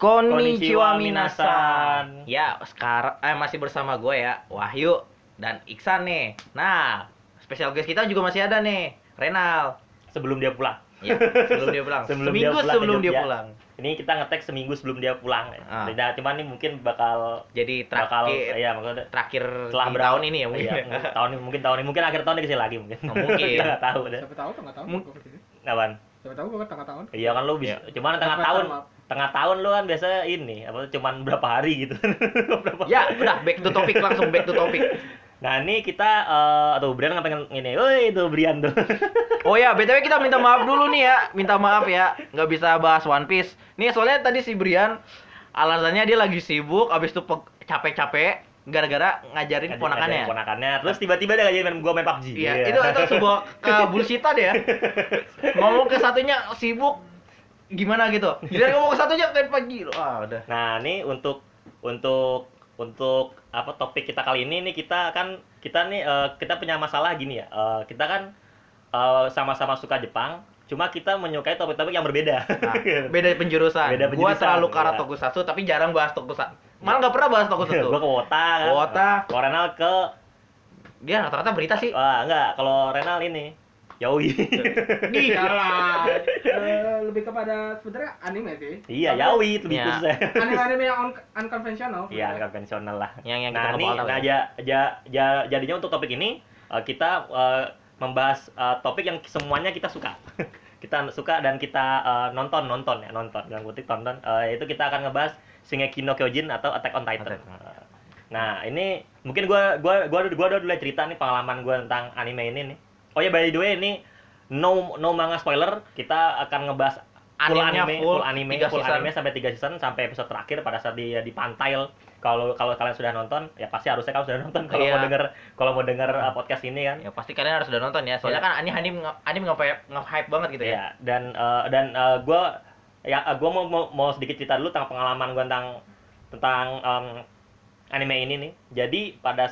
Konnichiwa minasan. Ya, sekarang masih bersama gue ya, Wahyu dan Iksan nih. Nah, spesial guest kita juga masih ada nih, Renal. Sebelum dia pulang. Ya, sebelum dia pulang. Seminggu pulang sebelum dia pulang. Ini kita ngetek seminggu sebelum dia pulang. Ah. Beda, cuman ini mungkin bakal Jadi maksudnya terakhir setelah di tahun ini ya mungkin. Iya, tahun ini mungkin akhir tahun dia kesini lagi mungkin. Oh, mungkin. Kita nggak tahu deh. Siapa tahu tengah tahun gua kesini. Kapan? Siapa tahu gua tengah tahun. Iya kan lu bisa. Iya. Cuman tengah Maaf. tahun. Tengah tahun lu kan biasa ini apa cuman berapa hari gitu. Ya, udah back to topic langsung back to topic. Nah, ini kita atau Brian pengen ini. Woi, itu Brian tuh. Oh ya, BTW kita minta maaf dulu nih ya. Minta maaf ya, nggak bisa bahas One Piece. Nih soalnya tadi si Brian alasannya dia lagi sibuk, abis itu capek-capek gara-gara ngajarin ponakannya. Terus tiba-tiba dia ngajarin gua main PUBG. Iya, itu sebuah kebullshitan ya. Ngomong ke satunya sibuk gimana gitu. Jadi ngomong ke satunya main PUBG. Wah, udah. Nah, ini untuk apa topik kita kali ini nih kita nih kita punya masalah gini ya. Kita kan sama-sama suka Jepang, cuma kita menyukai topik-topik yang berbeda. Nah, beda penjurusan. Gua terlalu ke arah ya. tokusatsu tapi jarang bahas tokusatsu. Malah nggak pernah bahas tokusatsu. Gua ke Wota kan. Wota. Kalau Renal ke Dia rata-rata berita sih. enggak, kalau Renal ini yaoi. Iyalah. Lebih kepada sebenarnya anime sih. Iya, yaoi lebih Iya. khususnya. Anime-anime yang unconventional. Iya, konvensional lah. Yang Nah, kita ini ngebahas ya. jadinya untuk topik ini kita membahas topik yang semuanya kita suka. Kita suka dan kita nonton dalam kutip tonton. Yaitu kita akan ngebahas Shingeki no Kyojin atau Attack on Titan. Nah, ini mungkin gua udah dulu cerita nih pengalaman gua tentang anime ini nih. Oh ya, by the way, ini no manga spoiler. Kita akan ngebahas full anime sampai 3 season sampai episode terakhir pada saat dia di Pantail. Kalau kalian sudah nonton, ya pasti harusnya kalian sudah nonton kalau mau denger podcast ini kan. Ya pasti kalian harus udah nonton ya. Soalnya kan anime nge-hype banget gitu ya. Ya, dan gua mau sedikit cerita dulu tentang pengalaman gua tentang anime ini nih. Jadi pada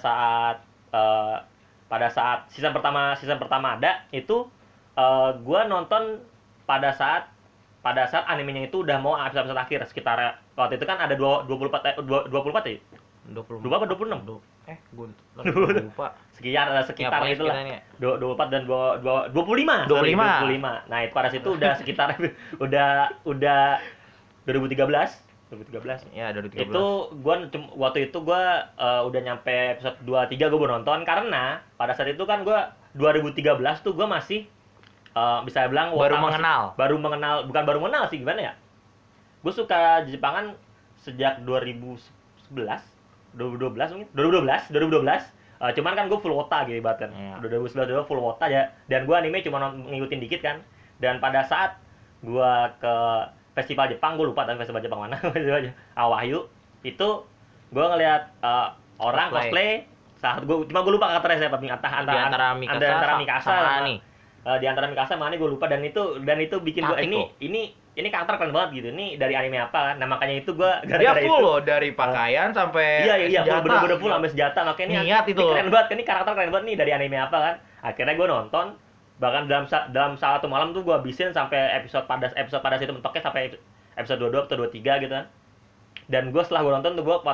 saat season pertama ada itu gua nonton pada saat animenya itu udah mau episode akhir sekitar waktu itu kan ada 24 ya? 20 apa 26? Gue lupa. Sekitar Ya, itulah. sekiranya. 24 dan 25. 25. Nah, itu pada situ udah sekitar udah 2013. Ya, 2013. Itu waktu itu gua udah nyampe episode 23 gua baru nonton karena pada saat itu kan gua 2013 tuh gua masih bisa bilang baru mengenal bukan baru mengenal sih, gimana ya? Gue suka Jepangan sejak 2011, 2012 mungkin. 2012. Cuman kan gue full wota gitu ibaratnya. Iya. 2011 full wota ya. Dan gue anime cuma ngikutin dikit kan. Dan pada saat gue ke festival Jepang, gue lupa tapi festival Jepang mana. Wahyu itu gue ngeliat orang cosplay. Gue lupa karakternya siapa. Antara Mikasa sama Ani. Di antara Mikasa sama Ani gue lupa, dan itu bikin gue ini karakter keren banget gitu. Ini dari anime apa kan? Nah, makanya itu gue Dia full loh dari pakaian sampai iya senjata. bener-bener full sampai senjata. Makanya Niat itu. ini keren banget. Ini karakter keren banget nih dari anime apa kan? Akhirnya gue nonton, bahkan dalam satu malam tuh gue habisin sampai episode pada situ mentoknya sampai episode 22 atau 23 gitu kan. Dan gue setelah gue nonton tuh gue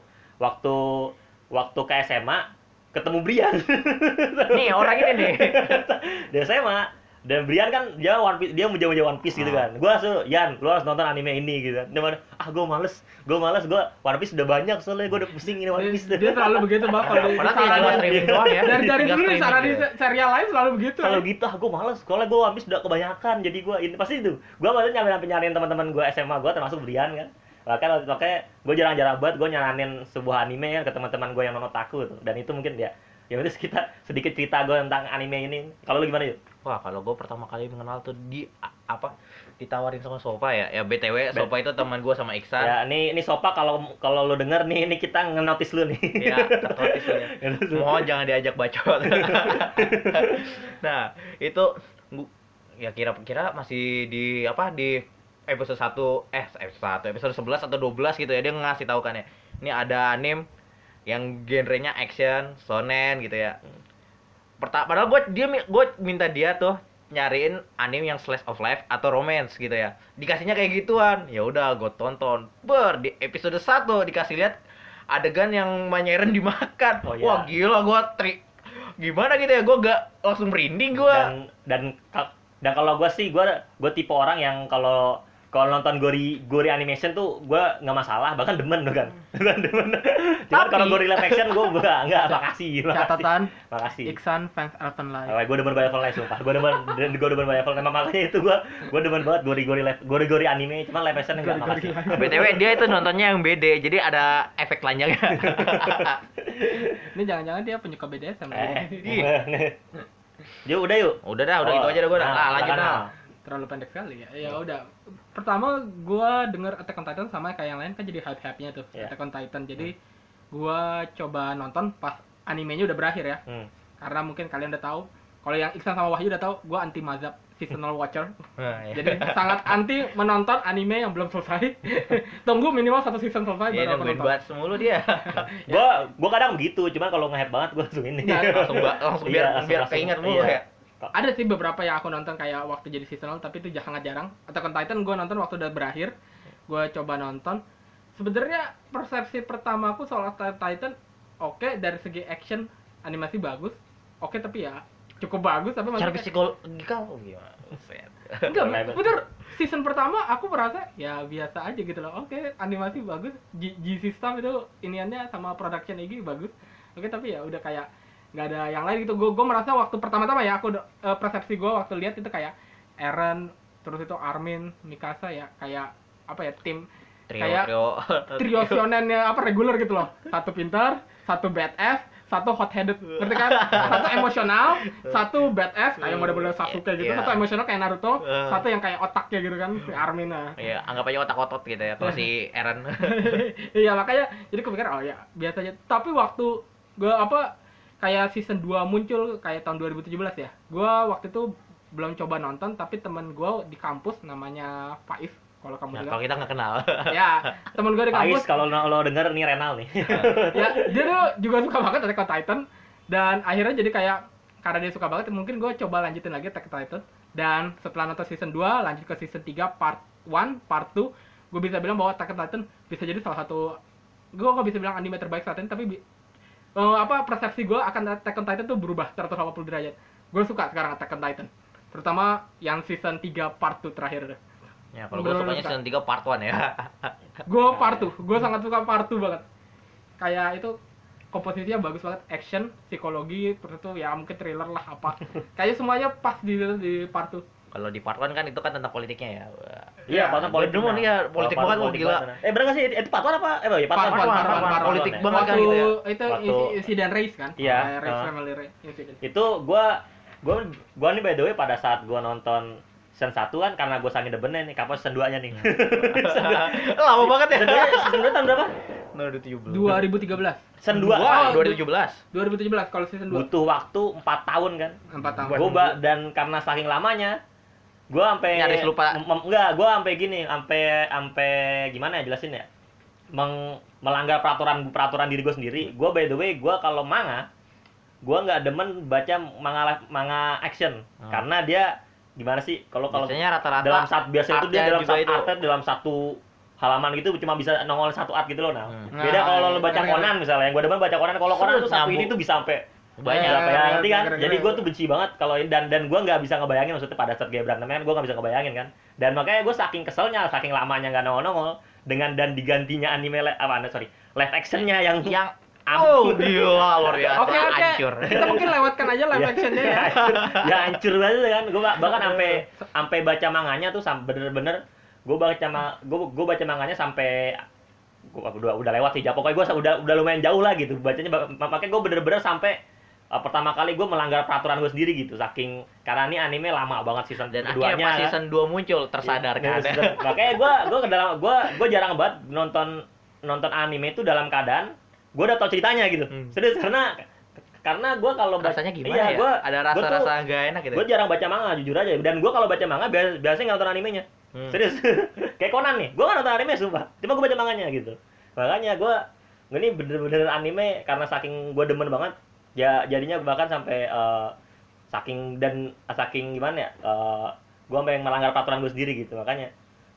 waktu ke SMA ketemu Brian. Nih, orang ini nih. Di SMA. Dan Brian kan dia menjauh One Piece gitu kan. Gue langsung, Yan, lu harus nonton anime ini gitu kan. Dia mana, gue males, One Piece udah banyak soalnya gue udah pusing ini One Piece. Dia selalu begitu, Bang. Padahal tinggal streaming doang ya. Dari Tinggal dulu streaming cara di gitu. serial lain selalu begitu. Kalau gitu, gue males. Soalnya gue One Piece udah kebanyakan. Jadi gue ini pasti itu. Gue malah nyariin teman-teman gue SMA gue termasuk Brian kan. Makanya gue jarang-jarang banget gue nyaranin sebuah anime kan ke teman-teman gue yang non otaku tuh. Dan itu mungkin dia. Ya udah kita sedikit cerita gue tentang anime ini. Kalau lu gimana yuk? Wah, kalau gue pertama kali mengenal tuh ditawarin sama Sofa ya. Ya BTW Sofa itu teman gue sama Iksan. Ya, ini Sopa kalau lu denger nih, ini kita ngenotis lu nih. Ya, tertulis ya. Mohon jangan diajak bacot. Nah, itu ya kira-kira masih di episode 11 atau 12 gitu ya. Dia ngasih tahu kan ya. Ini ada anime yang genrenya action, shonen gitu ya. Padahal gue minta dia tuh nyariin anime yang slice of life atau romance gitu ya. Dikasihnya kayak gituan. Ya udah gue tonton. Di episode 1 dikasih lihat adegan yang Manyeren dimakan. Oh, iya. Wah, gila gimana gitu ya? Gue gak langsung merinding gue. Dan kalau gue sih gue tipe orang yang kalau nonton gori animation tuh gue nggak masalah, bahkan demen tuh kan. Demen. Cuman kalau gori live action gue enggak, makasih. Catatan, Makasih. Iksan fans Elfen Live. Gue demen banget Live sumpah. Gue demen banget Live. Makanya itu gue demen banget gori anime, cuman live action enggak makasih. BTW dia itu nontonnya yang BD, jadi ada efek telanjangnya. Ini jangan-jangan dia penyuka BDSM. Yuk udah yuk. Udah gitu aja dah gue. Lanjut dah. Terlalu pendek sekali ya. Ya udah. Pertama gua denger Attack on Titan sama kayak yang lain kan jadi hype-hype-nya tuh. Yeah. Attack on Titan. Jadi gua coba nonton pas animenya udah berakhir ya. Karena mungkin kalian udah tahu. Kalau yang Iksan sama Wahyu udah tahu, gua anti mazhab seasonal watcher. Jadi sangat anti menonton anime yang belum selesai. Tunggu minimal 1 season selesai Iya, baru aku nungguin nonton. bahas mulu dia. Gua kadang begitu, cuman kalau nge-hype banget gua langsung ini. langsung biar keinget mulu ya. Ada sih beberapa yang aku nonton kayak waktu jadi seasonal, tapi itu sangat jarang. Attack on Titan gue nonton waktu udah berakhir. Gue coba nonton. Sebenarnya persepsi pertama aku soal Attack on Titan, oke, dari segi action, animasi bagus. Oke, tapi ya cukup bagus. Tapi Cara maksudnya psikologikal gimana? enggak, bener. Season pertama aku merasa ya biasa aja gitu loh. Oke, animasi bagus. G-System itu iniannya sama production IG bagus. Oke, tapi ya udah kayak nggak ada yang lain gitu. Gue merasa waktu pertama-tama ya aku persepsi gue waktu lihat itu kayak Eren, terus itu Armin, Mikasa ya kayak apa ya tim trio shonennya apa reguler gitu loh. Satu pintar, satu badass, satu hot headed, ngerti kan? Satu emosional, satu badass kayak model-model Sasuke gitu. Satu emosional kayak Naruto, satu yang kayak otaknya gitu kan, si Armin nah. Iya, anggap aja otak-otot gitu ya kalau si Eren. Iya, makanya jadi kepikir oh ya biasa aja. Tapi waktu gue kayak season 2 muncul kayak tahun 2017 ya. Gua waktu itu belum coba nonton, tapi temen gua di kampus namanya Faiz, kalau kamu dengar. Kalau kita nggak kenal. Ya, temen gua di kampus. Faiz kalau lo denger nih Renal nih. Ya, dia tuh juga suka banget Attack on Titan dan akhirnya jadi kayak karena dia suka banget, mungkin gua coba lanjutin lagi Attack on Titan. Dan setelah nonton season 2, lanjut ke season 3 part 1, part 2, gua bisa bilang bahwa Attack on Titan bisa jadi salah satu, gua nggak bisa bilang anime terbaik saat ini, tapi persepsi gue akan Attack on Titan tuh berubah 180 derajat. Gue suka sekarang Attack on Titan, terutama yang season 3 part 2 terakhir. Ya, kalau gue sukanya season 3 part 1 ya. Gue part 2, gue sangat suka part 2 banget. Kayak itu komposisinya bagus banget, action, psikologi, terus itu ya mungkin thriller lah apa. Kayak semuanya pas di part 2. Kalau di part 1 kan itu kan tentang politiknya ya. Iya, part 1 politik. Demen ya, politik banget lu gila. Bener enggak sih itu part 1 apa? Ya Part 1 politik ya. banget kan gitu ya. Itu insiden race kan? Iya. Race family race incident. Itu gua nih by the way pada saat gua nonton season 1 kan karena gua saking demennya nih, kapan season 2-nya nih. Lama banget ya. Season 2 tahun berapa? 2013. Season 2. 2017. Kalau season 2. Butuh waktu 4 tahun kan. 4 tahun. Dan karena saking lamanya gua sampai nyaris lupa. Gua sampai gini, sampai gimana ya jelasin ya? Melanggar peraturan diri gue sendiri. Gua by the way, gua kalau manga, gua nggak demen baca manga action karena dia gimana sih? Kalau Biasanya rata-rata biasa itu dia dalam juga dalam satu halaman gitu cuma bisa nongol satu art gitu loh. Nah, beda kalau lo baca Conan misalnya. Yang gua demen baca Conan, kalau Conan tuh satu ini tuh bisa sampai banyak ya, ngerti kan? Jadi gue tuh benci banget kalau ini dan gue nggak bisa ngebayangin maksudnya pada saat dia berantem kan gue nggak bisa ngebayangin kan. Dan makanya gue saking keselnya, saking lamanya nggak nongol dan digantinya anime live actionnya yang oh gila luar biasa. Oke. Hancur. Kita mungkin lewatkan aja live actionnya ya. Ya hancur banget kan. Gue bahkan sampai baca manganya tuh bener-bener gue baca manganya sampai udah lewat sih. Pokoknya gue udah lumayan jauh lah gitu bacanya. Makanya gue bener-bener sampai pertama kali gue melanggar peraturan gue sendiri gitu saking karena ini anime lama banget season dan keduanya akhirnya pas season 2 muncul tersadarkan. Makanya gue jarang banget nonton anime itu dalam keadaan gue udah tau ceritanya gitu. Serius karena gue kalau rasanya gimana ya? Ada rasa-rasa gak enak gitu. Gue jarang baca manga jujur aja dan gue kalau baca manga biasanya nggak nonton animenya. Serius. Kayak Conan nih, gue nggak nonton anime sumpah. Cuma gue baca manganya gitu. Makanya ini bener-bener anime karena saking gue demen banget. Ya jadinya bahkan sampai saking gimana ya? Gue sampai melanggar peraturan gue sendiri gitu, makanya.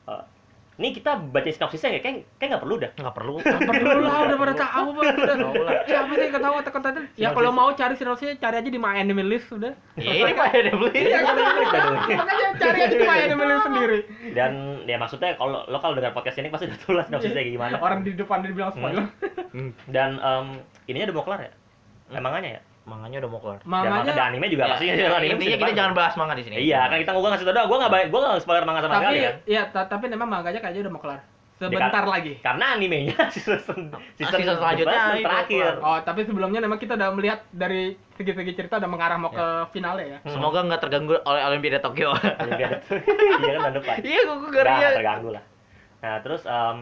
Ini kita baca sinopsisnya kayak nggak perlu dah. Nggak perlu. Perlu lah, udah pada tahu Bang. Siapa sih yang nggak tahu Attack on Titan? Ya kalau mau cari sinopsisnya cari aja di My Anime List udah. Ya, ini Pak ada beli. Iya, makanya cari aja di My Anime List sendiri. Dan ya maksudnya kalau dengar podcast ini pasti udah tahu lah sinopsisnya kayak gimana. Orang di depan dia bilang spoiler. Dan ininya udah mau kelar ya? Manganya ya? Manganya udah mau kelar. Manganya Dan anime juga pasti Intinya kita jangan bahas manga di sini. Iya, kan kita gua ngasih tau doang, gua enggak spoiler manga sama sekali tapi kan. iya, tapi memang manganya kayaknya udah mau kelar. Sebentar lagi. Karena animenya season selanjutnya terakhir. Oh, tapi sebelumnya memang kita udah melihat dari segi-segi cerita udah mengarah mau ke finale ya. Semoga nggak terganggu oleh Olimpiade Tokyo. Olimpiade. Iya kan tahun depan. Iya, gue ngeri ya. Nggak terganggu lah. Nah, terus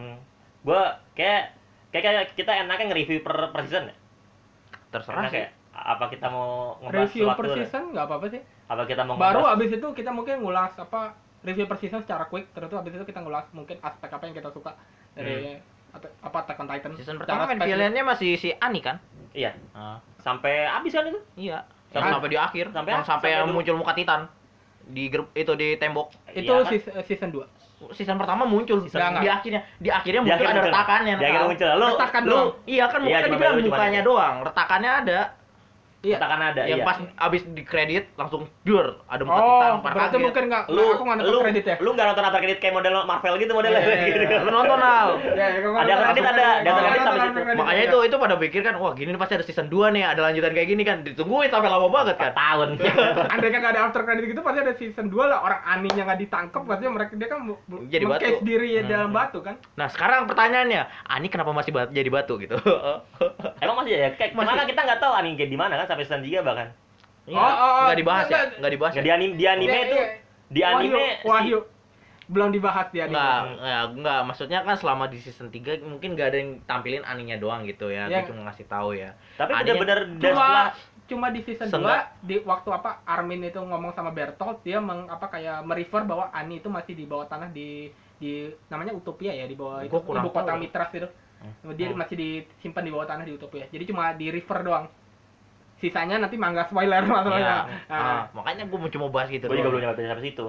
gua kayak kita enaknya nge-review per season ya. Terserah sih. Kayak apa kita mau ngebahas Review per sesuatu? season nggak apa-apa sih. Apa kita mau Baru ngebahas? abis itu kita mungkin ngulas apa review per season secara quick, terus abis itu kita ngulas mungkin aspek apa yang kita suka dari apa Attack on Titan. Season Secara pertama kan spesifik. villainnya masih si Ani kan? Iya. Ah, Sampai habis kan itu? iya. Sampai- Sampai di akhir, sampai sampai dulu. muncul muka Titan di grup itu di tembok. Itu Iya kan? season 2. Season pertama muncul Season- di akhirnya Di muncul akhir ada muncul. retakannya. Di akhir Nakal. muncul. Lu Retakan lu doang. Iya kan Iya, bukan cuma dibilang baru cuman mukanya itu. doang, retakannya ada. Iya. katakan ada Yang iya. pas abis di kredit langsung dur ada muka Oh, Titan. berarti mungkin nggak aku nggak nonton lu kredit ya. Lu enggak nonton after credit kayak model Marvel gitu modelnya Iya, gitu. iya, Lu nonton Al. Ya, Ada kredit ada, ada kredit sampai situ. Makanya itu pada pikir kan, wah gini nih pasti ada season 2 nih, ada lanjutan kayak gini kan. Ditungguin sampai lama banget kan. Tahun. Andai kan nggak ada after credit gitu pasti ada season 2 lah. Orang Aninya nggak ditangkep pasti mereka dia kan Jadi batu. meng-case diri dalam batu kan. Nah sekarang pertanyaannya, Ani kenapa masih jadi batu gitu? Emang masih ya? Kayak Masih. kemana kita nggak tahu anime kayak di mana kan sampai season 3 bahkan. Iya, Oh, nggak dibahas ya? nggak. Nggak dibahas ya? Nggak di anime Iya, itu iya. di anime Wahyu belum dibahas di anime. Enggak, maksudnya kan selama di season 3 mungkin nggak ada yang tampilin Aninya doang gitu ya. Iya. Dia cuma ngasih tahu ya. tapi Aninya- bener-bener dan setelah Cuma di season Seenggak- 2 di waktu apa Armin itu ngomong sama Bertolt dia kayak merefer bahwa Ani itu masih di bawah tanah di namanya Utopia ya di bawah itu Gua kurang ibu kota tahu. Mitras itu. Dia masih disimpan di bawah tanah di Utopia. Jadi cuma di refer doang. Sisanya nanti mangga spoiler masalahnya. Iya. Makanya gue cuma bahas gitu. gue juga doang. belum nyampe sampai situ.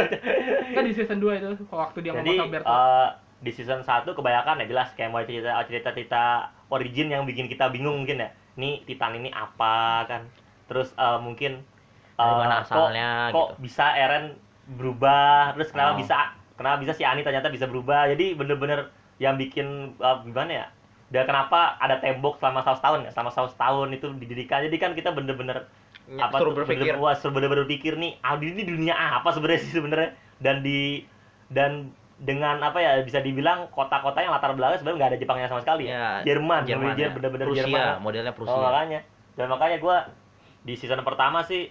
Kan di season 2 itu waktu dia Jadi ngomong sama Bertolt. di season 1 kebanyakan ya jelas kayak mau cerita origin yang bikin kita bingung mungkin ya. Nih Titan ini apa kan? Terus mungkin Dari mana kok asalnya gitu. bisa Eren berubah? Terus kenapa bisa si Ani ternyata bisa berubah? Jadi bener-bener yang bikin gimana ya? Dan kenapa ada tembok selama 100 tahun ya? Selama 100 tahun itu didirikan. Jadi kan kita bener-bener Suruh berpikir. bener-bener berpikir nih, ini dunia apa sebenarnya sih sebenarnya? Dan dengan apa ya bisa dibilang kota-kota yang latar belakang sebenarnya nggak ada Jepangnya sama sekali ya. Ya, Jerman ya. bener-bener Prusia, Jerman. modelnya Oh, Prusia. makanya gue di season pertama sih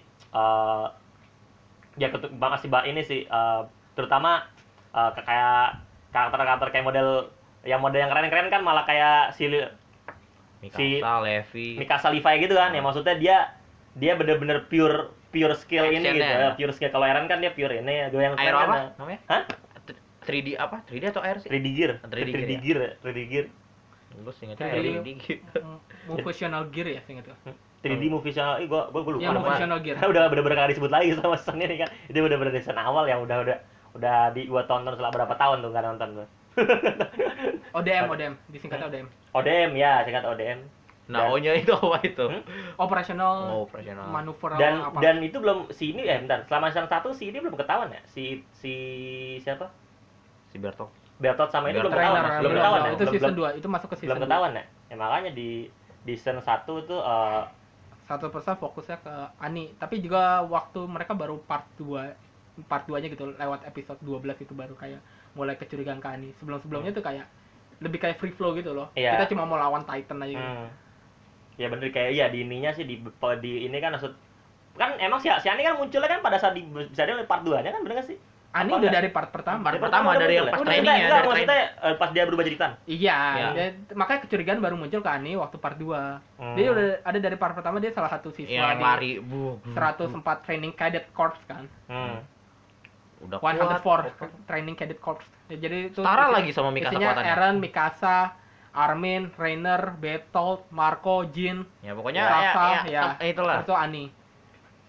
ya masih ini sih terutama kayak karakter-karakter kayak model yang keren-keren kan malah kayak si Mikasa, Levi. Mikasa Levi gitu kan ya maksudnya dia bener-bener pure skill ini gitu Actionnya. pure skill. Kalau Eren kan dia pure ini gue yang Air keren apa kan, namanya? hah? 3D apa? 3D atau air sih? 3D gear 3D gear Gue ingetnya 3D. 3D. Movisional Gear ya seingat gua. 3D movie channel gue lupa Ya, namanya. Movisional Gear. Udah bener-bener nggak disebut lagi sama season ini kan. Itu bener-bener dari season awal yang udah di gua tonton setelah berapa tahun tuh nggak nonton gua. ODM disingkatnya ODM. ODM ya, singkat ODM. Nah, O-nya itu apa itu? Operasional Oh, operasional. manuver apa. Dan itu belum si ini bentar. Selama season 1 si ini belum ketahuan ya. Si siapa? Si Bertok. Beltot sama ini belum Trainer, ketahuan. Trainer Belum ketahuan ya. itu season 2 itu masuk ke Belum season 2. ketahuan ya. Ya makanya di season 1 tuh 100% fokusnya ke Ani, tapi juga waktu mereka baru part 2-nya gitu lewat episode 12 itu baru kayak mulai kecurigaan ke Ani. Sebelum-sebelumnya tuh kayak lebih kayak free flow gitu loh. Iya. Kita cuma mau lawan Titan aja gitu. Ya bener kayak ya di ininya sih di ini kan maksud kan emang si Ani kan munculnya kan pada saat bisa dia part 2-nya kan bener gak sih? Ani Apa udah enggak? dari part pertama. Part pertama udah dari muncul yang pas Udah, training ya, enggak, dari maksudnya pas dia berubah jadi Titan. Iya, Ya. makanya kecurigaan baru muncul ke Ani waktu part 2. Dia udah ada dari part pertama dia salah satu siswa Yang di lari 104 training cadet corps kan. Udah 104 training cadet corps. Ya, jadi itu Setara lagi sama Mikasa isinya kekuatannya. Eren, Mikasa, Armin, Rainer, Bertolt, Marco, Jin, Ya pokoknya Sasa, ya, itulah. itu Ani.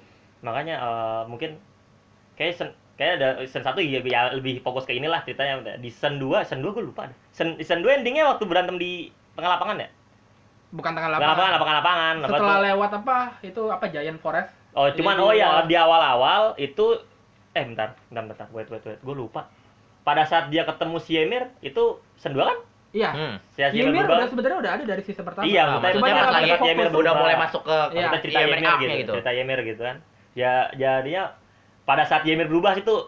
Makanya mungkin kayak ada season 1 ya lebih fokus ke inilah ceritanya. Di season 2 gue lupa deh. Season 2 endingnya waktu berantem di tengah lapangan ya? Bukan tengah Lapangan. Setelah lewat itu Giant Forest. Oh, cuman di awal-awal itu bentar. Wait. Gue lupa. Pada saat dia ketemu si Ymir itu season 2 kan? Iya. Si Ymir sebenarnya udah ada dari season pertama. Iya, maksudnya pas lagi Ymir udah mulai masuk ke cerita Ymir gitu. Cerita Ymir gitu kan. Ya jadinya pada saat Ymir berubah itu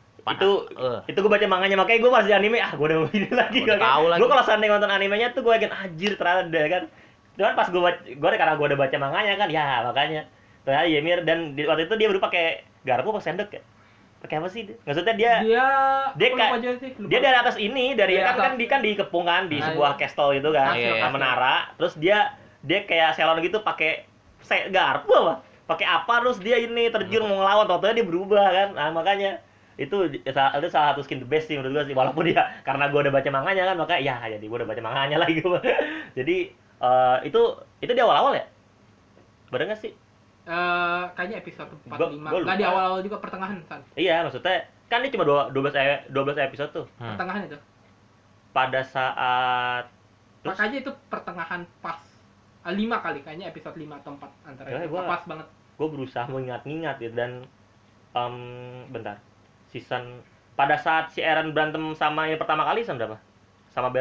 gue baca manganya, makanya gue masih anime gue udah begini lagi gue kalau seandainya nonton animenya tuh gue yakin anjir ternyata kan. Cuman pas karena gue udah baca manganya kan ya makanya ternyata Ymir dan waktu itu dia berubah pakai garpu apa sendok ya? Pakai apa sih? Maksudnya dia dia dari atas ini kan dikepung kan di sebuah castle gitu kan, menara. Terus dia kayak Selon gitu pakai garpu apa? Pakai apa terus dia ini terjun mau ngelawan, ternyata dia berubah kan. Nah, makanya itu salah satu skin the best sih menurut gue sih, walaupun dia karena gue udah baca manganya kan, makanya ya jadi gue udah baca manganya lagi gue. Jadi itu di awal-awal ya? Bener nggak sih? Kayaknya episode 45. Nggak di awal-awal juga, pertengahan kan? Iya, maksudnya kan ini cuma 12 episode tuh. Pertengahan itu. Pada saat makanya itu pertengahan pas 5 kali kayaknya episode 5 atau 4 antara itu. Pas banget. Gue berusaha mengingat-ingat ya, dan bentar. Season pada saat si Eren berantem sama yang pertama kali season berapa? Sama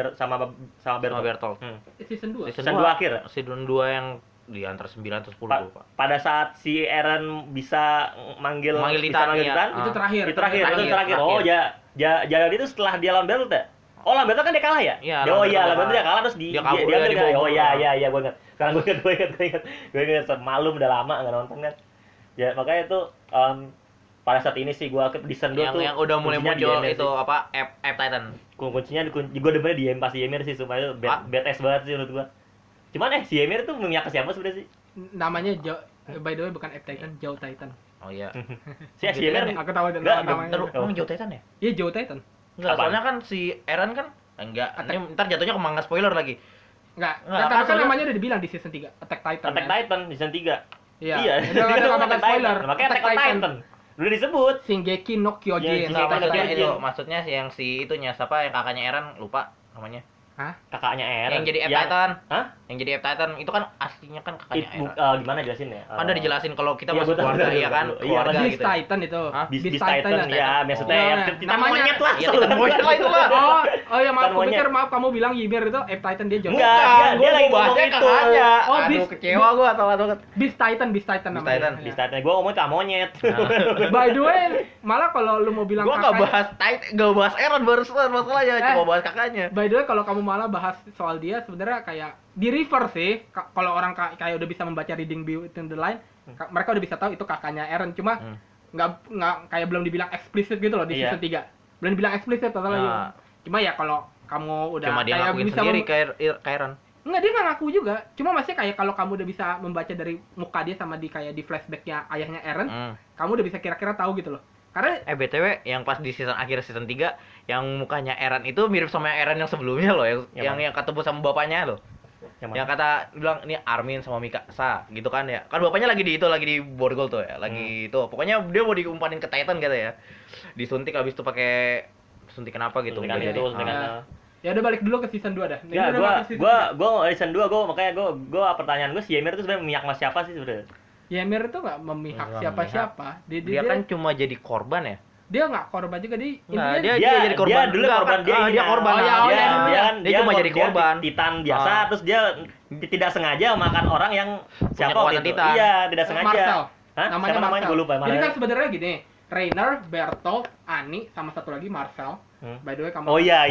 Bertolt. Season 2. Season 2 akhir. Season 2 yang di antara 9 atau 10 lupa. Pada saat si Eren bisa manggil Titan. Itu terakhir. Oh, jadi itu setelah dia lawan Bertolt ya? Oh, lawan Bertolt kan dia kalah ya? Oh iya, lawan Bertolt dia kalah terus dia ambil kan. Oh iya, gue ingat. Sekarang gue ingat semalam udah lama enggak nonton kan. Ya, makanya itu pada saat ini sih gue di season 2 tuh yang udah mulai muncul itu apa F Titan. Kuncinya gue depannya di pas Ymir sih, supaya itu badass banget sih menurut gue. Cuman si Ymir tuh memihak ke siapa sebenarnya sih? Namanya by the way bukan F Titan, Joe Titan. Oh iya. Si Ymir aku tahu namanya. Emang Joe Titan ya? Iya, Joe Titan. Enggak, soalnya kan si Eren kan enggak, ini ntar jatuhnya ke manga spoiler lagi. Enggak, tapi kan namanya udah dibilang di season 3, Attack Titan. Titan di season 3. Iya. Ada spoiler. Makanya Attack Titan. Udah disebut Shingeki no Kyojin. Maksudnya itu, maksudnya yang si itunya siapa yang kakaknya Eren, lupa namanya. Hah? Kakaknya Eren. Yang jadi F Titan. Hah? Yang jadi F Titan itu kan aslinya kan kakaknya Eren. Gimana jelasin ya? Kan udah dijelasin kalau kita masuk keluarga, iya kan? Keluarga Beast gitu. Titan itu. Beast Titan ya, maksudnya ya Titan monyet lah. Iya, Titan monyet lah itu lah. Oh ya, maaf, maaf kamu bilang Ymir itu F Titan, dia jauh. Enggak, dia lagi ngomong itu. Oh, kecewa gua atau Beast Titan namanya. Beast Titan. Gua ngomong sama monyet. By the way, malah kalau lu mau bilang gua enggak bahas Eren barusan masalahnya, cuma bahas kakaknya. By the way, kalau kamu malah bahas soal dia, sebenarnya kayak di reverse sih. Kalau orang kayak udah bisa membaca reading between the line, mereka udah bisa tahu itu kakaknya Eren. Cuma nggak kayak belum dibilang eksplisit gitu loh di season 3. Belum dibilang eksplisit totalnya. Cuma ya kalau kamu udah cuma dia kayak ngakuin bisa sendiri kayak Eren. Enggak, dia nggak ngaku juga. Cuma masih kayak kalau kamu udah bisa membaca dari muka dia sama di kayak di flashbacknya ayahnya Eren, kamu udah bisa kira-kira tahu gitu loh. Karena BTW yang pas di akhir season 3 yang mukanya Eren itu mirip sama Eren yang sebelumnya loh, yang ketemu sama bapaknya loh. Yang kata bilang ini Armin sama Mikasa gitu kan ya. Kan bapaknya lagi di borgol tuh ya, lagi itu. Pokoknya dia mau diumpanin ke Titan gitu ya. Disuntik habis itu pakai suntikan apa gitu. Ya udah balik dulu ke season 2 dah. Ya, gua season 2 makanya gua pertanyaan gua si Ymir itu sebenarnya memihak sama siapa sih sebenarnya? Ymir itu nggak memihak siapa-siapa. Dia kan cuma jadi korban ya. Dia nggak korban juga dia jadi korban. Dia dulu korban dia korban. Dia cuma jadi korban. Titan biasa, terus dia tidak sengaja makan orang yang siapa gitu. Titan. Iya, tidak sengaja. Marcel. Hah? Namanya gue lupa. Jadi kan sebenarnya gini, Reiner, Bertolt, Annie, sama satu lagi Marcel. By the way kamu. Oh iya.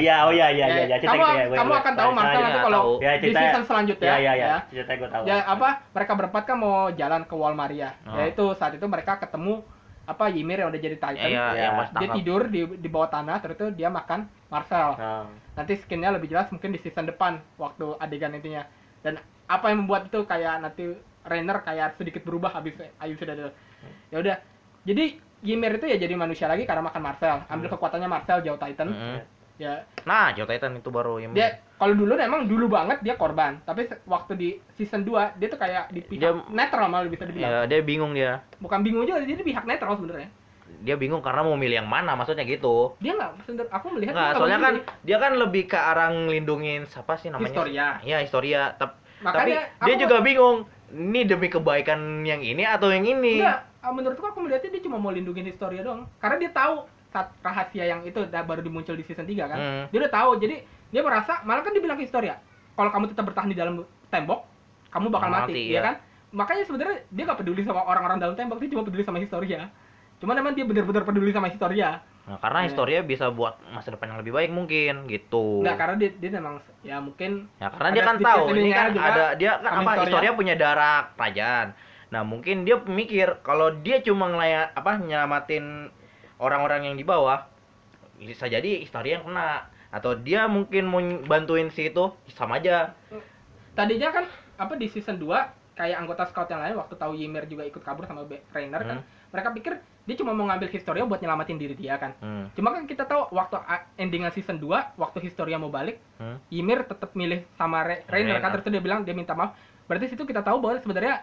Kamu akan tahu Marcel nanti kalau di season selanjutnya. Iya. Cerita gue tahu. Ya mereka berempat kan mau jalan ke Wall Maria. Yaitu saat itu mereka ketemu Ymir yang udah jadi Titan. Dia tidur di bawah tanah, terus itu dia makan Marcel. Nanti skinnya lebih jelas mungkin di season depan waktu adegan intinya. Dan apa yang membuat itu kayak nanti Reiner kayak sedikit berubah habis sudah ada. Ya udah. Jadi Ymir itu ya jadi manusia lagi karena makan Marcel. Ambil kekuatannya Marcel jauh Titan. Ya, Nah, Attack on Titan itu baru yang dia kalau dulu memang dulu banget dia korban, tapi waktu di season 2 dia tuh kayak di pihak Dia- netral malah bisa dibilang. ya dia bingung dia. Bukan bingung juga, dia di pihak netral sebenarnya. Dia bingung karena mau milih yang mana, maksudnya gitu. Dia nggak aku melihat Nggak, dia soalnya kan memilih. dia kan lebih ke arah ngelindungin siapa sih namanya? Historia. Iya, Historia. Tapi Makanya dia aku- juga bingung. Ini demi kebaikan yang ini atau yang ini? Enggak, menurutku aku melihatnya dia cuma mau lindungin Historia doang. Karena dia tahu saat rahasia yang itu baru dimuncul di season 3 kan. Dia udah tahu. Jadi dia merasa, malah kan dia bilang ke Historia, kalau kamu tetap bertahan di dalam tembok, kamu bakal mati, ya ya. kan? Makanya sebenarnya dia gak peduli sama orang-orang dalam tembok, dia cuma peduli sama Historia. Cuman emang dia benar-benar peduli sama Historia. Nah, karena Iya. Historia bisa buat masa depan yang lebih baik mungkin gitu. Enggak, karena dia memang ya mungkin Ya karena ada dia kan sedikit tahu ini ininya kan juga ada dia kan sama apa Historia. Historia punya darah kerajaan. Nah, mungkin dia mikir kalau dia cuma nyelamatin orang-orang yang di bawah, bisa jadi Historia yang kena atau dia mungkin mau bantuin si itu sama aja. Tadinya kan apa di season 2 kayak anggota scout yang lain waktu tahu Ymir juga ikut kabur sama Rainer kan, mereka pikir dia cuma mau ngambil Historia buat nyelamatin diri dia kan. Cuma kan kita tahu waktu endingan season 2 waktu Historia mau balik, Ymir tetap milih sama Rainer kan, terus dia bilang dia minta maaf. Berarti situ kita tahu bahwa sebenarnya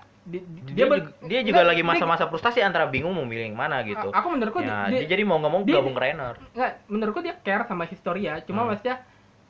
Dia juga lagi masa-masa frustasi antara bingung mau milih yang mana gitu. Aku menurutku Ya, dia jadi mau nggak mau dia- gabung ke Rainer. Enggak, menurutku dia care sama Historia. Cuma maksudnya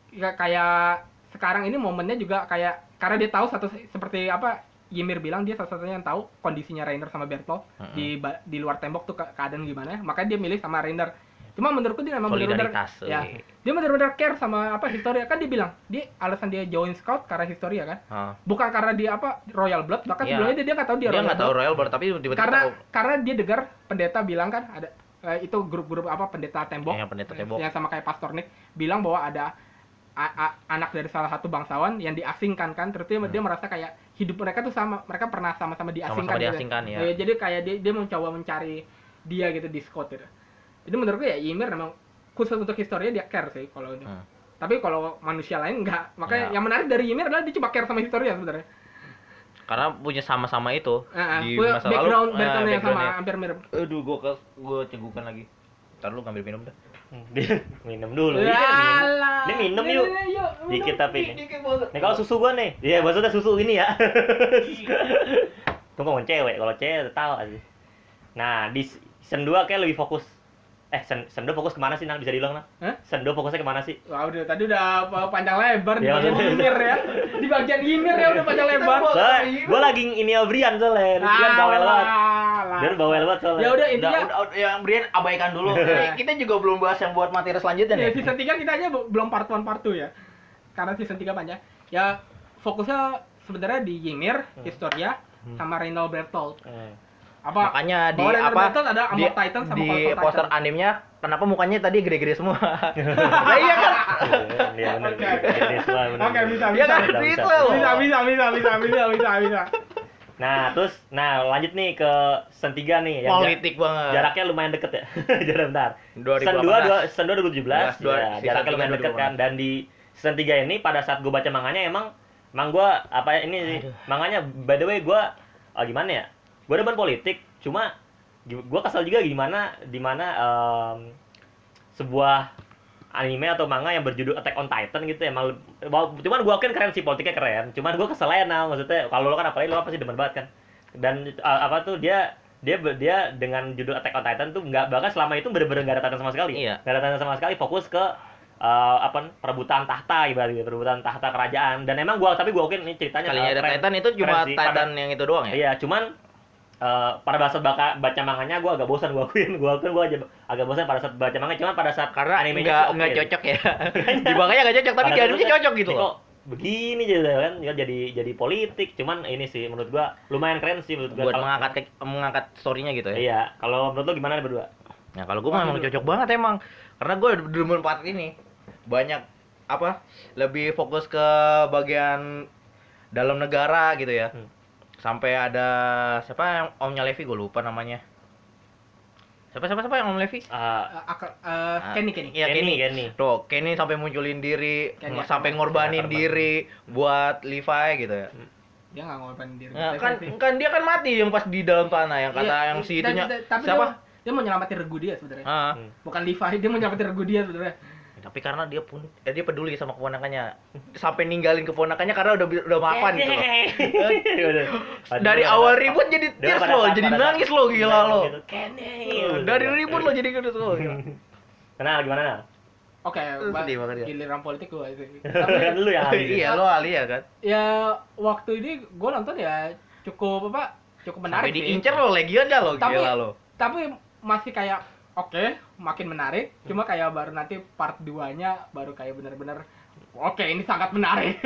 kayak sekarang ini momennya juga kayak karena dia tahu seperti apa Ymir bilang, dia satu-satunya yang tahu kondisinya Rainer sama Bertolt di luar tembok tuh keadaan gimana. Makanya dia milih sama Rainer. Cuma menurutku dia memang benar-benar Solidaritas. ya, dia benar-benar care sama apa Historia. Kan dia bilang, alasan dia join scout karena Historia kan. Bukan karena dia apa Royal Blood, bahkan Iya. sebelumnya dia nggak tahu dia Dia Royal nggak tahu Blood. Royal Blood tapi tiba-tiba tahu. Karena dia dengar pendeta bilang kan ada itu grup-grup apa pendeta tembok, Yang pendeta tembok. yang sama kayak Pastor Nick bilang bahwa ada anak dari salah satu bangsawan yang diasingkan kan, terus dia merasa kayak hidup mereka tuh sama, mereka pernah sama-sama diasingkan. Sama-sama diasingkan, ya. Jadi kayak dia mencoba mencari dia gitu di Scott gitu. Jadi menurutku ya Ymir memang khusus untuk Historia dia care sih kalau ini. Tapi kalau manusia lain enggak. Makanya Ya. yang menarik dari Ymir adalah dia cuma care sama Historia sebenarnya. Karena punya sama-sama itu di Punya masa lalu. backgroundnya yang sama, backgroundnya. hampir mirip. Aduh, gua cegukan lagi. Ntar lu ngambil minum dah. Dia minum dulu. Dia minum yuk. Dikit tapi ini. Nih kalau susu gua nih. Iya, maksudnya susu ini ya. Tunggu ngomong cewek, kalau cewek tahu aja. Nah, di season 2 kayak lebih fokus. Season 2 fokus kemana sih, Nang? Bisa diulang, Nang? Hah? Season 2 fokusnya kemana sih? Wah, tadi udah panjang lebar di Ya, bagian maksudnya- Ymir ya. Di bagian Ymir ya udah panjang lebar. Soalnya gua lagi ini Brian soalnya. Brian bawel banget. Dia bawel banget soalnya. Ya udah intinya Udah, yang Brian abaikan dulu. Kita juga belum bahas yang buat materi selanjutnya ya, nih. season 3 kita aja belum part 1 part 2 ya. Karena season 3 panjang. Ya fokusnya sebenarnya di Ymir, Historia, sama Reynold Bertolt. Apa? Makanya di bahwa Reynold apa Bertolt ada Amor Titan sama di Colossal poster Titan. animenya kenapa mukanya tadi gede-gede semua? Nah, iya kan? Iya benar. Oke. Ini semua benar. Oke, bisa. Iya kan? bisa, Itu bisa. loh. Bisa. Nah, lanjut nih ke season 3 nih yang Politik banget. jaraknya lumayan deket ya. Jarak bentar. 2018. Season 2 2017 Dua- ya, season jaraknya 3 lumayan deket kan, dan di season 3 ini pada saat gue baca manganya emang gua apa ini sih, manganya by the way gua gimana ya? Gua demen politik, cuma gua kesel juga dimana sebuah anime atau manga yang berjudul Attack on Titan gitu emang cuman gua akuin keren sih, politiknya keren, cuman gua kesel aja maksudnya kalau lo kan apalagi lo pasti demen banget kan, dan apa tuh dia dengan judul Attack on Titan tuh nggak, bahkan selama itu bener-bener nggak ada Titan sama sekali, Iya. nggak ada Titan sama sekali, fokus ke perebutan tahta ibaratnya, perebutan tahta kerajaan. Dan emang gua akuin ini ceritanya Kalinya ada keren. Titan itu cuma Keren sih. Titan yang itu doang ya? Iya, cuman pada saat baca manganya gua agak bosan, gua aja agak bosan pada saat baca manga, cuman pada saat Karena animenya nggak sih oke. cocok ya. Di banganya nggak cocok tapi Pada di saat animenya itu cocok gitu ini loh. kok begini gitu kan, ya jadi politik, cuman ini sih menurut gua lumayan keren sih menurut gua. Buat Kalau- mengangkat story-nya gitu ya. Iya, kalau menurut lo gimana nih berdua? Nah, kalau gue memang cocok banget emang. Karena gue demen part ini. Banyak lebih fokus ke bagian dalam negara gitu ya. Sampai ada siapa yang omnya Levi, gue lupa namanya. Siapa yang om Levi? Kenny. Iya, Kenny. Tuh, Kenny sampai munculin diri, Kenny sampai akan- ngorbanin akan- diri buat Levi gitu ya. Dia nggak ngorbanin diri. Nah, kan dia kan mati yang pas di dalam tanah yang kata yang si itunya tapi siapa? dia mau nyelamatin regu dia sebenarnya. Ah, Bukan Levi, dia mau nyelamatin regu dia sebenarnya. tapi karena dia peduli sama keponakannya. Sampai ninggalin keponakannya karena udah mapan gitu loh. Dari awal ribut jadi tears lo, jadi nangis lo, gila lo. Dari ribut lo jadi gitu lo. Nah, gimana? Oke, Sedih banget ya. giliran politik gue itu. Kan lu yang ahli. Iya, lo ahli ya kan. Ya waktu ini gue nonton ya cukup menarik Sampai sih. diincer lo, Legion dah lo, Tapi- gila lo. Tapi masih kayak oke, makin menarik. Cuma kayak baru nanti part 2-nya baru kayak bener-bener oke, ini sangat menarik.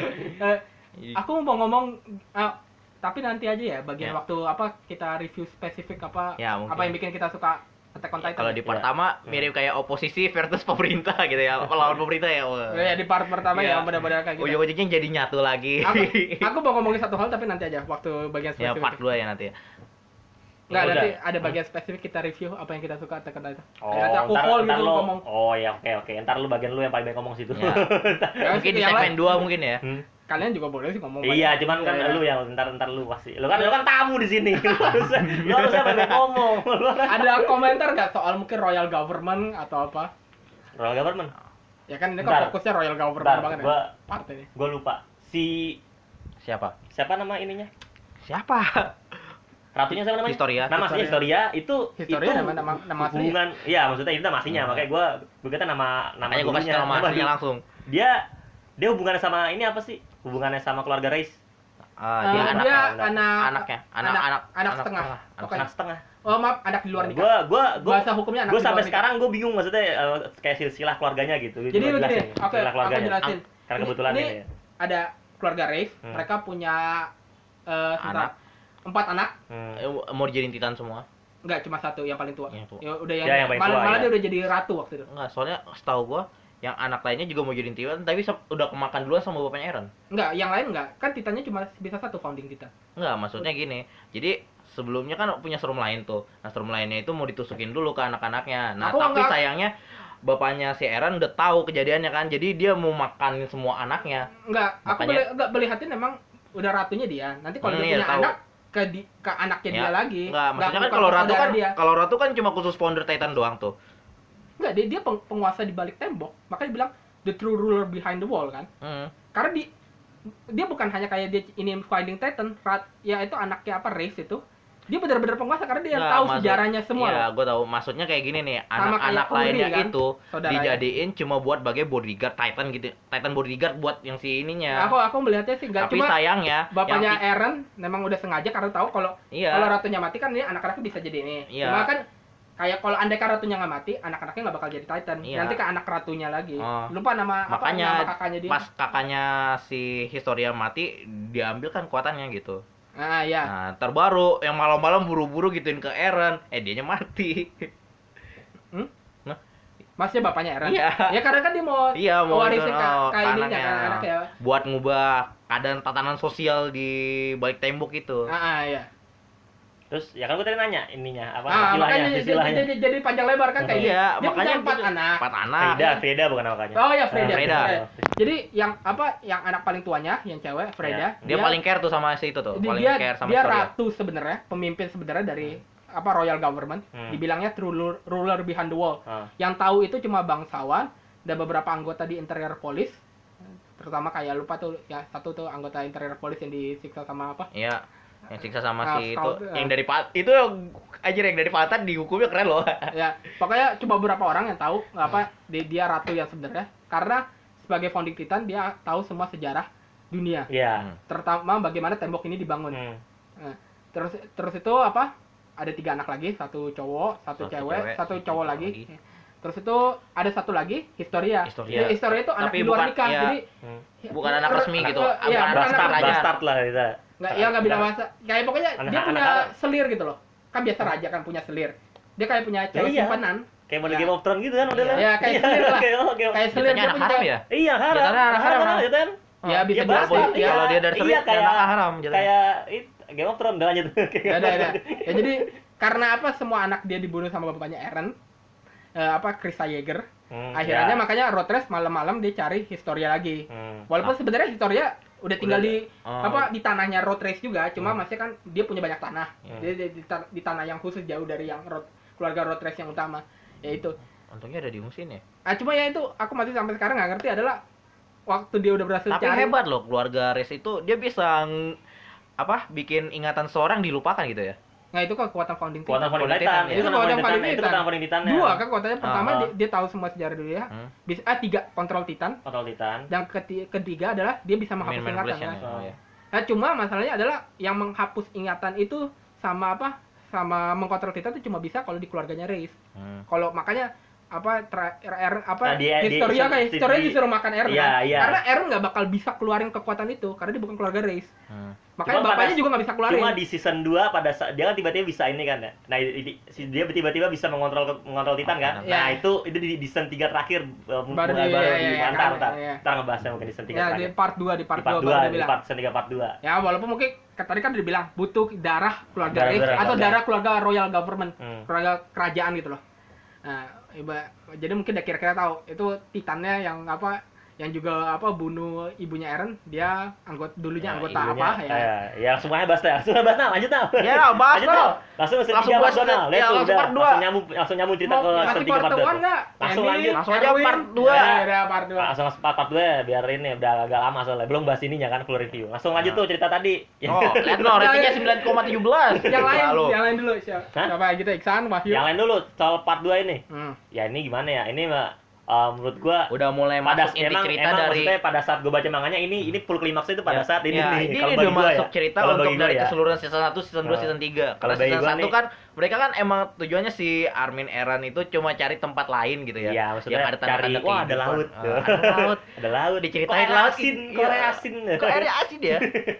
Aku mau ngomong tapi nanti aja ya bagian Ya. waktu apa kita review spesifik apa Ya, mungkin. apa yang bikin kita suka Attack on Titan. Kalau di Iya. pertama mirip kayak oposisi versus pemerintah gitu ya, lawan pemerintah ya. Ya di part pertama Iya. ya benar-benar kayak gitu. Ujung-ujungnya jadi nyatu lagi. Aku mau ngomongin satu hal tapi nanti aja waktu bagian Ya spesifik. part 2 ya nanti ya. Enggak, Ya nanti udah. ada bagian spesifik kita review apa yang kita suka Attack on Titan. Oh, Nanti aku ntar call lu gitu ngomong. Oh ya, oke. Ntar lu bagian lu yang paling banyak ngomong situ. Ya. Ya, Mungkin di yang segmen lain- 2 mungkin ya. Kalian juga boleh sih ngomong. Iya, banyak. cuman kan Ya, ya. lu yang ntar lu pasti. Lu kan tamu di sini. Lu harusnya banyak ngomong. Ada komentar nggak soal mungkin royal government atau apa? Royal Government. Ya kan ini Bentar. kan fokusnya royal government Bentar, banget gua- ya. Part ini. Gua lupa. Siapa? Siapa nama ininya? Siapa? Ratunya siapa namanya? Historia. Nama aslinya Historia itu Historia nama asli. hubungan. Iya, maksudnya itu nama aslinya. Makanya gua kata nama Makanya gue kasih dulunya. nama aslinya dulu. langsung. Dia hubungannya sama ini apa sih? Hubungannya sama keluarga Reis. Dia anak dia anaknya, anak setengah. Pokoknya. Anak setengah. Oh maaf, anak di luar nikah. Gua Bahasa hukumnya anak gue di luar sampai nikah. sekarang gue bingung maksudnya kayak silsilah keluarganya gitu. Jadi Gua begini, jelasin, oke, silsilah aku keluarganya. jelasin. Karena kebetulan ini ini. ada keluarga Reis, Hmm. mereka punya Anak. 4 anak. Mau dijadiin Titan semua. Enggak, cuma satu yang paling tua. Yang tua. Ya udah yang, Ya, yang paling malah, tua, malah ya. dia udah jadi ratu waktu itu. Enggak, soalnya setahu gua yang anak lainnya juga mau jadiin Titan tapi udah kemakan duluan sama bapaknya Eren. Enggak, yang lain enggak. Kan Titannya cuma bisa satu founding Titan. Enggak, maksudnya gini. Jadi sebelumnya kan punya serum lain tuh. Nah, serum lainnya itu mau ditusukin dulu ke anak-anaknya. Nah, Aku tapi enggak- sayangnya bapaknya si Eren udah tahu kejadiannya kan. Jadi dia mau makan semua anaknya. Enggak, aku Makanya- enggak melihatin emang udah ratunya dia. Nanti kalau dia Iya, punya tahu. anak ke anaknya dia lagi. Enggak, maksudnya kan bukan kalau ke ratu saudara kan dia. kalau ratu kan cuma khusus founder Titan doang tuh. Enggak, dia penguasa di balik tembok. Makanya bilang the true ruler behind the wall kan. Karena dia bukan hanya kayak dia ini finding Titan, ya itu anaknya apa Reis itu. Dia benar-benar penguasa karena dia Nggak, tahu maksud- sejarahnya semua. Iya, loh. gue tahu. Maksudnya kayak gini nih, Sama anak-anak kayak Uri, lainnya kan? itu Saudaranya. dijadiin cuma buat bagai bodyguard Titan gitu. Titan bodyguard buat yang si ininya. Aku melihatnya sih enggak, Tapi cuma sayangnya bapaknya yang Eren memang udah sengaja karena tahu kalau Iya. kalau ratunya mati kan ini anak-anaknya bisa jadi ini. Iya. Cuma kan kayak kalau andai kan ratunya nggak mati, anak-anaknya nggak bakal jadi Titan. Iya. Nanti ke anak ratunya lagi. Oh. Lupa nama makanya nama kakaknya dia. pas kakaknya si Historia mati, diambil kan kekuatannya gitu. Nah, ya. Nah, terbaru yang malam-malam buru-buru gituin ke Eren, dianya mati. Maksudnya bapaknya Eren. Iya. Ya karena kan dia mau Iya, mau warisin itu, ke ininya anaknya. kan anaknya. Buat ngubah keadaan tatanan sosial di balik tembok itu. Iya. Terus ya kan gue tadi nanya ininya apa Makanya silsilahnya. jadi panjang lebar kan kayak Iya, dia makanya punya 4 anak. 4 anak. Freda bukan namanya. Oh ya Freda. Freda. Jadi yang anak paling tuanya yang cewek Freda. Dia paling care tuh sama si itu tuh, paling dia, care sama dia Historia. ratu sebenarnya, pemimpin sebenarnya dari royal government. Dibilangnya true ruler behind the wall. Yang tahu itu cuma bangsawan dan beberapa anggota di interior police. Terutama kayak lupa tuh ya satu tuh anggota interior police yang disiksa sama apa? Iya. Yang siksa sama Nah, si itu, scout, yang dari itu aja yang dari Patan dihukumnya keren loh. Ya, pokoknya cuma beberapa orang yang tahu dia ratu yang sebenarnya karena sebagai founding titan dia tahu semua sejarah dunia. Iya. Terutama bagaimana tembok ini dibangun. Nah, terus itu apa? Ada 3 anak lagi, satu cowok, satu cewek, satu cowok lagi. Terus itu ada satu lagi, Historia. Historia. Jadi Historia itu anak Tapi di luar bukan- nikah. iya. Jadi Bukan anak resmi gitu. Iya, Bukan anak bukan star anak aja. Bastard lah kita. nggak bilang bahasa. Kayak pokoknya dia Anak- punya anak- selir gitu loh. Kan biasa raja kan punya selir. Dia kayak punya cewek Iya. simpanan. Kayak model Ya. Game of Thrones gitu kan modelnya. Iya, kayak selir lah. Kayak selir Jatuhnya dia anak punya. haram ya? Iya, haram. Jatuhnya anak haram, kan, ah. gitu kan? Ya bisa Iya, jelas bastard, sih. iya. Kalau dia dari selir, Iya, kayak anak haram jatuhnya. kayak Game of Thrones udah lanjut. Ada. Ya jadi karena apa semua anak dia dibunuh sama bapaknya Eren. Krista Yeager. Akhirnya ya. makanya road race malam-malam dia cari Historia lagi. Walaupun sebenarnya Historia udah tinggal di tanahnya road race juga, cuma masih kan dia punya banyak tanah. Dia di tanah yang khusus jauh dari yang keluarga road race yang utama. Ya itu. Untungnya ada di mesin ya. Cuma ya itu aku masih sampai sekarang nggak ngerti adalah waktu dia udah berhasil Tapi cari. hebat loh keluarga Reis itu, dia bisa bikin ingatan seorang dilupakan gitu ya. Nah itu kekuatan founding Kekuatan Titan. Founding Titan, Titan. ya. Itu Itu kekuatan kekuatan Founding Founding Titan. Itu Titan. kekuatan Founding Titannya. Dua kan kekuatannya pertama Ah. dia tahu semua sejarah dulu ya. Bisa 3 kontrol Titan. Kontrol Titan. Dan ketiga adalah dia bisa menghapus ingatan Manipulation kan. ya. Oh, ya. Nah cuma masalahnya adalah yang menghapus ingatan itu sama apa? Sama mengkontrol Titan itu cuma bisa kalau di keluarganya Reis. Kalau makanya Nah, Historia disuruh makan Eren Iya, kan? iya. Karena Eren nggak bakal bisa keluarin kekuatan itu karena dia bukan keluarga Reis. Makanya Cuma bapaknya pada- juga nggak bisa keluarin. Cuma di season 2 pada saat dia kan tiba-tiba bisa ini kan ya. Nah, dia tiba-tiba bisa mengontrol Titan kan. Iya. Nah, itu di season 3 terakhir Baru di- iya, ntar kan, iya. ntar ngebahasnya mungkin di season 3 Ya terakhir. di part 2 Di part 2, di bilang. part season 3 part 2. Ya walaupun mungkin tadi kan udah bilang butuh darah keluarga Darah Reis atau keluarga. darah keluarga royal government, Hmm. keluarga kerajaan gitu loh. Nah, jadi mungkin udah kira-kira tahu itu Titannya yang yang juga bunuh ibunya Eren, dia dulunya Ya, anggota ibunya, apa ya. ya langsung aja bahas dah. Langsung bahas nah, lanjut nah. Ya, bahas Lanjut, nah. Nal. Langsung season Langsung 3 bahas part 2 nah. ya, Lihat tuh langsung udah. part dua. Langsung nyambung season 3 Masih part part 2. 1 enggak? Langsung lanjut. Langsung aja part 2. Ya, udah part 2. Langsung part 2 ya, biar ini udah agak lama soalnya. Belum bahas ininya kan full review. Langsung lanjut tuh cerita tadi. Oh, lihat no, ratingnya 9,17. Yang lain dulu siapa? Hah? Siapa gitu Iksan, Wahyu. Yang lain dulu soal part 2 ini. Hmm. Ya ini gimana ya? Ini menurut gua Udah mulai pada masuk inti emang cerita dari maksudnya pada saat gua baca manganya ini full klimaksnya itu pada Ya, saat ini ya, nih. ini Kalau udah bagi gua masuk ya. cerita Kalau untuk bagi gua dari ya. keseluruhan season 1, season 2, Nah, season 3. kalau Kalau bagi season gua 1 nih- kan mereka kan emang tujuannya si Armin Eren itu cuma cari tempat lain gitu ya. Iya, maksudnya yang ada tanda-tanda cari wah ada kehidupan. laut. Ada laut. Ada laut. Diceritain Kok air laut asin, iya. kok air asin. Kok airnya asin ya?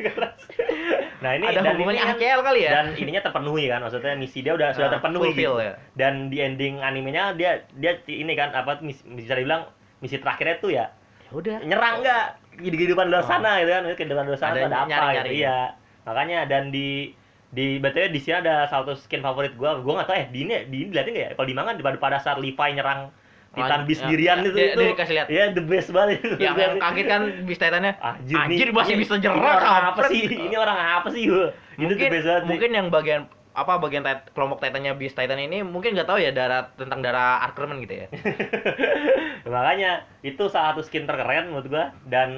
Nah, ini Ada dan hubungannya ini kan- ACL kali ya? Dan ininya terpenuhi kan, maksudnya misi dia sudah Nah, terpenuhi fulfill gitu. ya. Dan di ending animenya dia ini kan bisa dibilang misi terakhirnya tuh ya Ya udah. nyerang nggak di kehidupan luar sana gitu kan, kehidupan luar sana Ada tuh ada apa nyari-nyari gitu. ya. Iya. Makanya dan di BTW di sini ada satu skin favorit gua nggak tahu di ini dilihatin nggak ya kalau di manga pada saat Levi nyerang Titan Beast Ya, sendirian ya, itu dia dikasih lihat. ya the best banget itu. Yang kaget kan Beast Titannya. Anjir masih bisa ini nyerang orang apa kampret. sih ini orang apa sih gua itu the best banget sih. Mungkin yang bagian kelompok Titannya Beast Titan ini mungkin nggak tahu ya tentang darah Ackerman gitu ya. Makanya itu salah satu skin terkeren menurut gua dan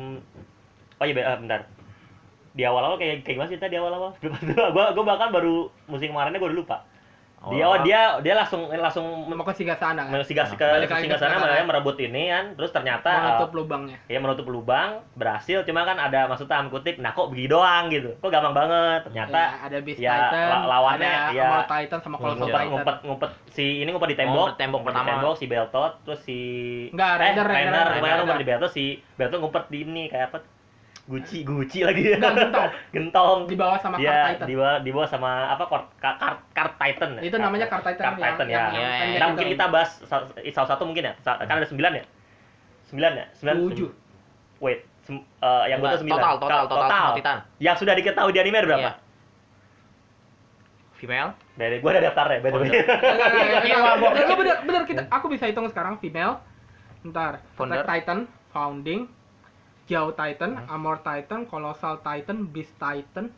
oh iya bentar. Di awal-awal kayak gimana sih tadi awal-awal? gua bahkan baru musim kemarinnya gua udah lupa. Dia langsung Mau ke Sigasana kan? Balik lagi ke sana sana. merebut ini kan, terus ternyata Menutup lubangnya. ya menutup lubang, berhasil, cuma kan ada maksudnya dalam kutip, nah kok begini doang gitu. Kok gampang banget. Ternyata Ya, ada Beast ya, Titan, lawannya ada ya Emerald Titan sama Colossal Titan. ngumpet ngumpet di tembok. Tembok Ngumpet di pertama. tembok si Beltot, terus si Enggak, Rainer. Rainer ngumpet di Beltot, si Beltot ngumpet di ini kayak apa? Gucci lagi ya. Enggak, Gentong. Di bawah sama Ya, Card Titan. di bawah sama apa Card Titan. Itu namanya Card Titan Card Titan yang- ya. yang Nah, pendek mungkin itu. kita bahas salah satu mungkin ya. Kan ada 9 ya? 9 ya? 7. Wait, yang gue tuh 9. Total semua Titan. Yang sudah diketahui di anime ada berapa? Iya. Female? Dari gua ada daftarnya, by the way. Bener aku bisa hitung sekarang female. Ntar, Founder. Attack Titan, Founding, Giao Titan, Amor Titan, Colossal Titan, Beast Titan,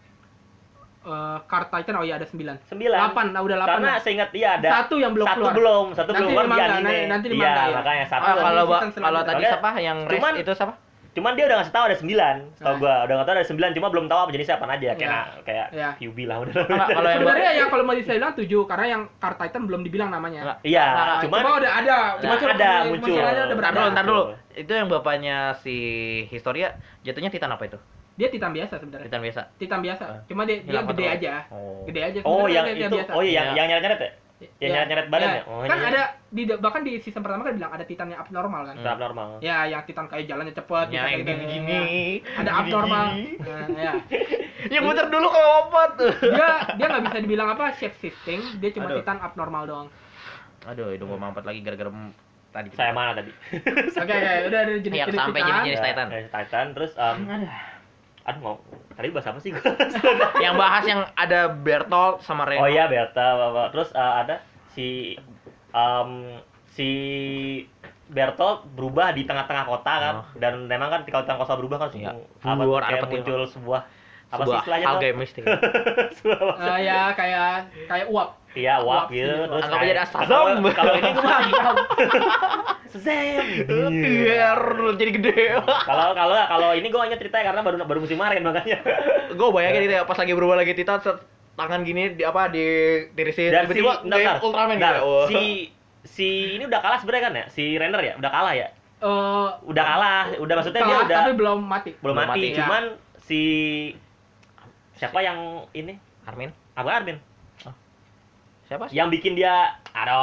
Card Titan, oh iya ada 9. 9. 8, udah 8. Karena seingat iya ada Satu yang belum keluar. Satu Nanti belum keluar di di manga, anime. nanti di Iya, manga, ya. makanya satu. Oh, Kalau tadi Oke. siapa yang Cuman- race itu siapa? Cuman dia udah ngasih tahu ada 9. Setahu Nah. gua udah nggak tahu ada 9, cuma belum tahu apa jenisnya apa aja Ya. kayak Ya. QB lah udah. Kalau yang Sebenarnya ya kalau mau dibilang 7 karena yang Card Titan belum dibilang namanya. Enggak. Iya, Nah, cuman Cuma udah ada, Nah, muncul, ada, masih muncul. ada Ntar berada. dulu, ntar dulu. Itu yang bapaknya si Historia jatuhnya Titan apa itu? Dia Titan biasa sebenarnya. Titan biasa. Titan biasa. Ah. Cuma dia Hilang gede kontrol. aja. Oh. Gede aja. Oh, Sebenarnya yang dia itu. biasa. Oh, iya, Iya. yang nyeret-nyeret ya? Yang nyeret-nyeret badan ya? Oh, Kan iya. ada bahkan di season pertama kan bilang ada Titan yang abnormal kan. Itu abnormal. Ya, yang Titan kayak jalannya cepet, Ya, yang bisa kayak gini-gini. ada abnormal. Nah, ya. Yang muter dulu kalau lompat. Dia nggak bisa dibilang apa shape shifting, dia cuma Aduh. Titan abnormal doang. Aduh, hidung gua mampet lagi gara-gara tadi. Saya mana tadi? Oke, udah ada jenis-jenis Ya, sampai Titan. jenis Titan. Titan, terus aduh mau tadi bahas apa sih gua? Yang bahas yang ada Bertolt sama Reno. Oh iya, Berta, terus ada si si Bertolt berubah di tengah-tengah kota kan, Oh. dan memang kan kalau tengah kota berubah kan Iya. apa Keluar kayak ada petir. muncul sebuah apa sih Sebuah istilahnya hal tuh? game mistik. Ya kayak uap. Iya, uap Uap gitu. gitu. Terus Anggap aja ada Shazam. kalau ini gue masih Shazam. Biar jadi gede. Kalau kalau ini gue hanya ceritanya karena baru musim kemarin makanya. Gue bayangin itu ya pas lagi berubah lagi Titan tangan gini di apa di tirisin Dan tiba-tiba bentar, kayak Ultraman gitu. bentar. Ya. Oh. Si ini udah kalah sebenarnya kan ya? Si Renner ya? Udah kalah ya? Eh, Udah kalah, udah maksudnya dia kalah, udah tapi belum mati. belum belum mati. mati, ya. Cuman si siapa yang ini? Armin. Apa Armin? Siapa sih? Yang bikin dia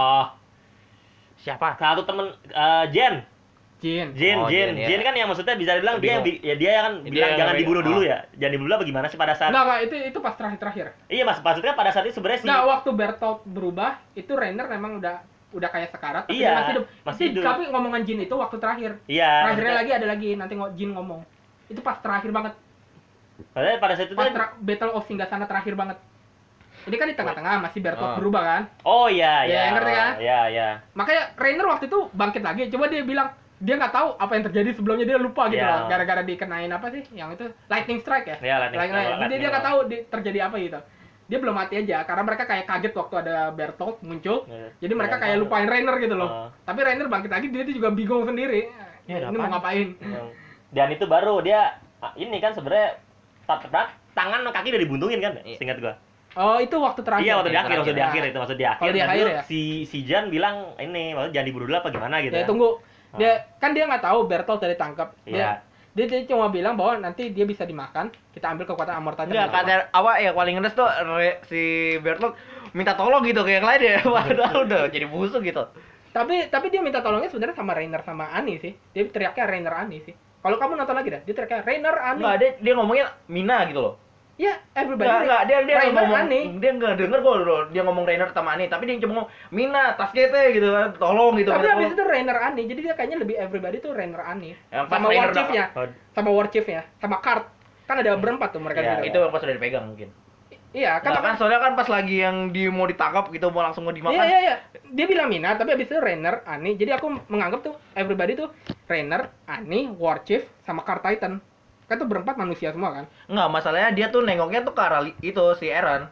Siapa? satu temen Jen. Jin. Oh, Jen, ya. Jen kan yang maksudnya bisa dibilang Lebih dia yang bingung. dia kan Dia bilang yang jangan lebih- dibunuh dulu oh. ya. Jangan dibunuh dulu bagaimana sih pada saat Enggak, itu pas terakhir. Iya Mas, maksudnya pada saat itu sebenarnya sih Nah, waktu Bertolt berubah, itu Rainer memang udah kayak sekarat, tapi Iya, dia masih hidup. masih hidup. Tapi ngomongan Jin itu waktu terakhir. iya. Terakhirnya maksudnya- lagi ada lagi nanti Jin ngomong. Itu pas terakhir banget. Maksudnya pada saat itu Pas tuh- Battle of Singgasana terakhir banget. Ini kan di tengah-tengah masih Bertolt Ah. berubah kan. Oh iya, Ya, ngerti kan? Iya, iya. Makanya Rainer waktu itu bangkit lagi. Coba dia bilang dia nggak tahu apa yang terjadi sebelumnya, dia lupa gitu Iya. loh. Gara-gara dikenain apa sih? Yang itu lightning strike ya? Iya, lightning strike. Jadi Lightning dia nggak strike. tahu terjadi apa gitu. Dia belum mati aja karena mereka kayak kaget waktu ada Bertolt muncul. Iya. Jadi mereka Iya. kayak lupain Rainer gitu loh. Ah. Tapi Rainer bangkit lagi, dia tuh juga bingung sendiri. Ya, ada Ini mau apaan? ngapain? Dan itu baru dia ini kan sebenarnya tangan sama kaki udah dibuntungin kan? Iya. Seingat gua. Oh, itu waktu terakhir. Iya, waktu di Iya, akhir, maksud di Ya. akhir itu, maksud di akhir. Kalau di Dan akhir dulu ya? si Jan bilang ini, maksudnya jangan dibunuh dulu apa gimana gitu. Ya, tunggu. Dia kan dia nggak tahu Bertolt dari tangkap. Iya. Dia cuma bilang bahwa nanti dia bisa dimakan, kita ambil kekuatan Amortanya. Enggak, kata apa ya paling ngenes tuh si Bertolt minta tolong gitu ke yang lain ya. Padahal udah jadi busuk gitu. Tapi dia minta tolongnya sebenarnya sama Rainer sama Ani sih. Dia teriaknya Rainer Ani sih. Kalau kamu nonton lagi dah, dia teriaknya Rainer Ani. Enggak, dia ngomongnya Mina gitu loh. Ya, everybody. Enggak, dia Rainer ngomong Ani. dia enggak denger kok loh. Dia ngomong Rainer sama Ani, tapi dia cuma ngomong Mina, Taskete gitu kan. Tolong gitu. Tapi minta habis tolong. itu Rainer Ani. Jadi dia kayaknya lebih everybody tuh Rainer Ani. Yang pas Sama Rainer War udah- Chief-nya. Oh, Sama War Chief-nya, sama Kart. Kan ada berempat tuh mereka Iya, di situ. Itu yang pas udah dipegang mungkin. Iya, Kan, kan soalnya kan pas lagi yang mau ditangkap gitu mau langsung mau dimakan. Iya. Dia bilang Mina, tapi habis itu Rainer, Ani. Jadi aku menganggap tuh everybody tuh Rainer, Ani, War Chief, sama Car Titan. Kan tuh berempat manusia semua kan. Enggak, masalahnya dia tuh nengoknya tuh ke arah itu si Eren.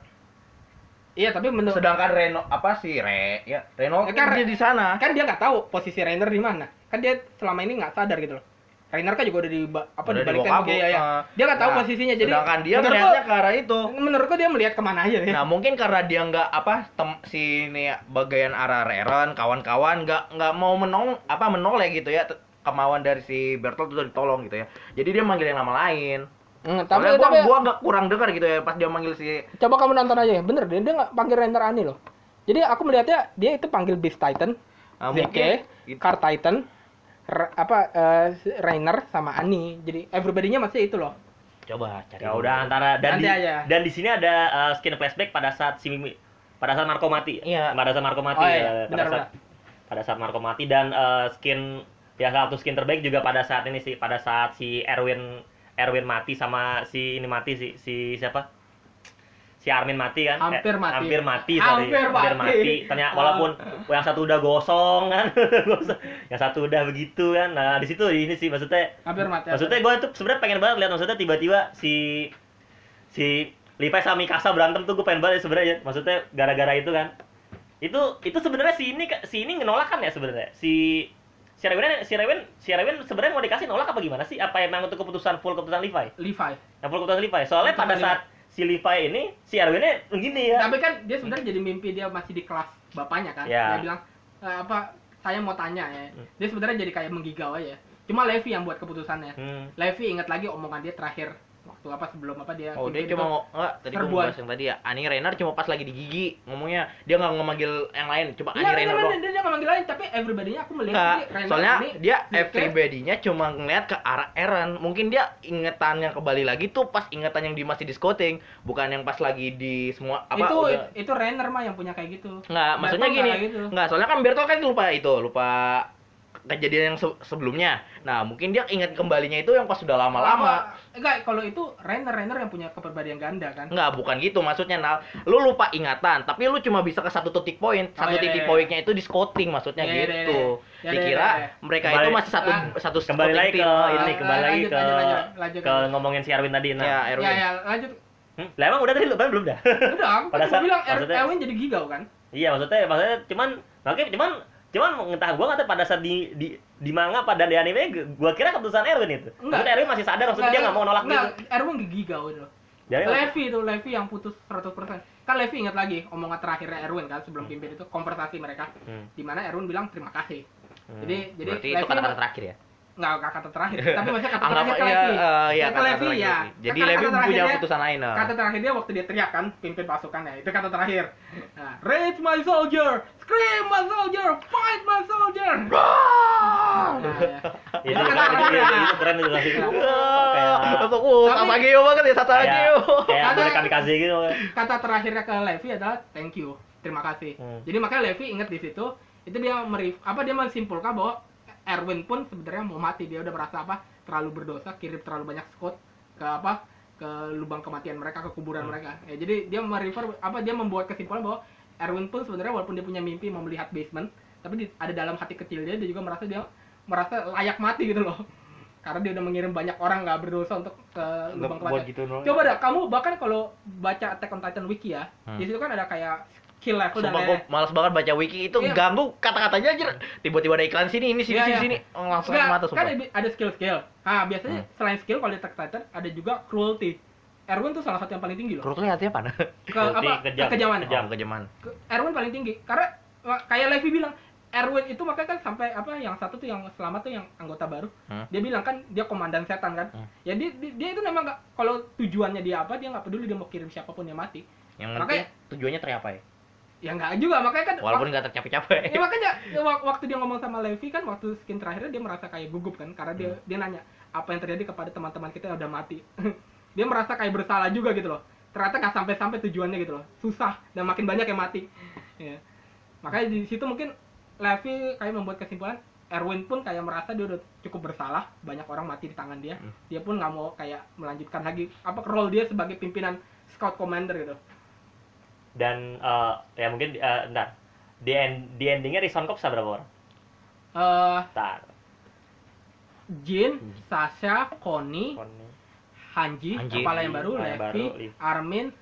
Iya, tapi menurut Sedangkan Reno apa sih Reno Ya, kan dia di sana. kan dia nggak tahu posisi Rainer di mana. Kan dia selama ini nggak sadar gitu loh. Rainer kan juga udah Udah dibalikan dibawa ke kabur. ya. Dia nggak tahu Nah, posisinya. Jadi sedangkan dia menurutku- melihatnya ke arah itu. Menurutku dia melihat kemana aja ya. Nah, mungkin karena dia nggak si ini bagian arah Eren, kawan-kawan nggak mau menoleh gitu ya kemauan dari si Bertolt itu ditolong gitu ya. Jadi dia manggil yang nama lain. Tapi Soalnya gua nggak kurang dengar gitu ya pas dia manggil si coba kamu nonton aja ya. Bener dia nggak panggil Rainer Ani loh. Jadi aku melihatnya dia itu panggil Beast Titan, Zeke, gitu. Car Titan, Rainer sama Ani. Jadi everybody-nya masih itu loh. Coba cari. Ya dulu. udah antara Nanti aja. dan di sini ada skin flashback pada saat pada saat Marco mati. Iya. Pada saat Marco mati. Oh, iya. Pada saat Marco mati dan skin ya salah satu skin terbaik juga pada saat ini sih, pada saat si Erwin mati sama si ini mati si siapa? Si Armin mati kan? Hampir mati. Hampir mati, sorry. Hampir mati. Ternyata walaupun yang satu udah gosong kan, yang satu udah begitu kan. Nah, di situ ini sih maksudnya Hampir mati. Maksudnya gue tuh sebenarnya pengen banget lihat maksudnya tiba-tiba si Levi sama Mikasa berantem tuh gue pengen banget sebenarnya. Maksudnya gara-gara itu kan. Itu sebenarnya si ini ngenolak kan ya sebenarnya. Si Rewin sebenarnya mau dikasih nolak apa gimana sih? Apa emang untuk full keputusan Levi? Levi. Yang full keputusan Levi. Soalnya Sama pada Levi. saat si Levi ini si Erwinnya begini ya. Tapi kan dia sebenarnya jadi mimpi dia masih di kelas bapaknya kan. Iya. Dia bilang saya mau tanya ya. Dia sebenarnya jadi kayak menggigau aja. Cuma Levi yang buat keputusannya. Levi ingat lagi omongan dia terakhir waktu sebelum dia Oh, dia pimpin cuma itu. enggak tadi gua Serbuan. mau bahas yang tadi ya. Ani Rainer cuma pas lagi di gigi ngomongnya dia nggak ngemanggil yang lain, cuma Ani Iya, Rainer bener, doang. dia nggak manggil lain, tapi everybody-nya aku melihat Enggak, ini Rainer soalnya ini, dia Zeke. everybody-nya cuma ngeliat ke arah Eren. Mungkin dia ingetannya kembali lagi tuh pas ingatan yang di masih di scouting, bukan yang pas lagi di semua apa itu Rainer mah yang punya kayak gitu. Enggak, maksudnya Bertolt gini. nggak kayak gitu. Enggak, soalnya kan Bertolt kan lupa kejadian yang sebelumnya. Nah, mungkin dia ingat kembalinya itu yang pas sudah lama-lama. Enggak, kalau itu Rainer yang punya kepribadian ganda kan. Enggak, bukan gitu maksudnya, Nal. Lu lupa ingatan, tapi lu cuma bisa ke satu titik poin. Satu titik poinnya itu di scouting maksudnya gitu. Dikira mereka itu masih satu kembali lagi ke ini, kembali lagi lanjut. ke ngomongin si Erwin tadi. Ya, Erwin. Ya, lanjut. Lah emang udah tadi belum dah? Udah, aku Pada kan saat- bilang maksudnya- Erwin jadi gigau kan. Iya, maksudnya cuman entah gua nggak tahu pada saat di manga pada di anime gua kira keputusan Erwin itu. Maksudnya Erwin masih sadar, maksudnya dia nggak mau nolak gitu. Erwin gigau itu. Jadi Levi yang putus 100%. Kan Levi ingat lagi omongan terakhirnya Erwin kan sebelum pimpin itu konversasi mereka. Di mana Erwin bilang terima kasih. Jadi Berarti Levi itu kata-kata terakhir ya. nggak kata terakhir, tapi maksudnya kata Anggap terakhir ke iya, Levi. iya, Ke kata Levi terakhir ya. Levi. Jadi Kata Levi punya terakhirnya- keputusan lain. Kata terakhir dia waktu dia teriak kan, pimpin pasukan ya. Itu kata terakhir. Nah, raise my soldier, scream my soldier, fight my soldier. Nah, ya. itu keren itu kasih. Untuk Tasageo banget ya Tasageo. Kayak Kata- boleh kamikaze gitu. Kata terakhirnya ke Levi adalah thank you, terima kasih. Jadi makanya Levi ingat di situ, itu dia dia menyimpulkan bahwa Erwin pun sebenarnya mau mati. Dia udah merasa terlalu berdosa, kirim terlalu banyak scout ke lubang kematian mereka, ke kuburan mereka. Ya, jadi dia dia membuat kesimpulan bahwa Erwin pun sebenarnya walaupun dia punya mimpi mau melihat basement, tapi ada dalam hati kecil dia juga merasa layak mati gitu loh. Karena dia udah mengirim banyak orang nggak berdosa untuk ke lubang kematian. Gitu, Coba dah kamu bahkan kalau baca Attack on Titan wiki ya, di situ kan ada kayak skill level dan Sumpah gue malas banget baca wiki itu, Iya. ganggu kata-katanya aja. Tiba-tiba ada iklan sini, ini sini, Iya, sini, iya. sini. Langsung Nggak, mata kan sumpah. ada skill. Nah, biasanya selain skill kalau di Attack on Titan ada juga cruelty. Erwin tuh salah satu yang paling tinggi loh. Cruelty artinya apa? Kekejaman. Kejaman. Erwin paling tinggi karena kayak Levi bilang Erwin itu makanya kan sampai yang satu tuh yang selamat tuh yang anggota baru. Dia bilang kan dia komandan setan kan. Ya dia itu memang nggak, kalau tujuannya dia nggak peduli dia mau kirim siapapun yang mati. Yang penting tujuannya tercapai. Ya nggak juga, makanya kan Walaupun nggak tercapai-capai. ya makanya waktu dia ngomong sama Levi kan waktu skin terakhirnya dia merasa kayak gugup kan karena dia nanya apa yang terjadi kepada teman-teman kita yang udah mati. Dia merasa kayak bersalah juga gitu loh. Ternyata nggak sampai tujuannya gitu loh. Susah dan makin banyak yang mati. Ya. Makanya di situ mungkin Levi kayak membuat kesimpulan Erwin pun kayak merasa dia udah cukup bersalah, banyak orang mati di tangan dia. Dia pun nggak mau kayak melanjutkan lagi role dia sebagai pimpinan scout commander gitu. Dan ya mungkin entar di endingnya Reason Corps berapa orang? Entar. Jin, Sasha, Connie, Hanji, kepala yang baru, Levi, Armin,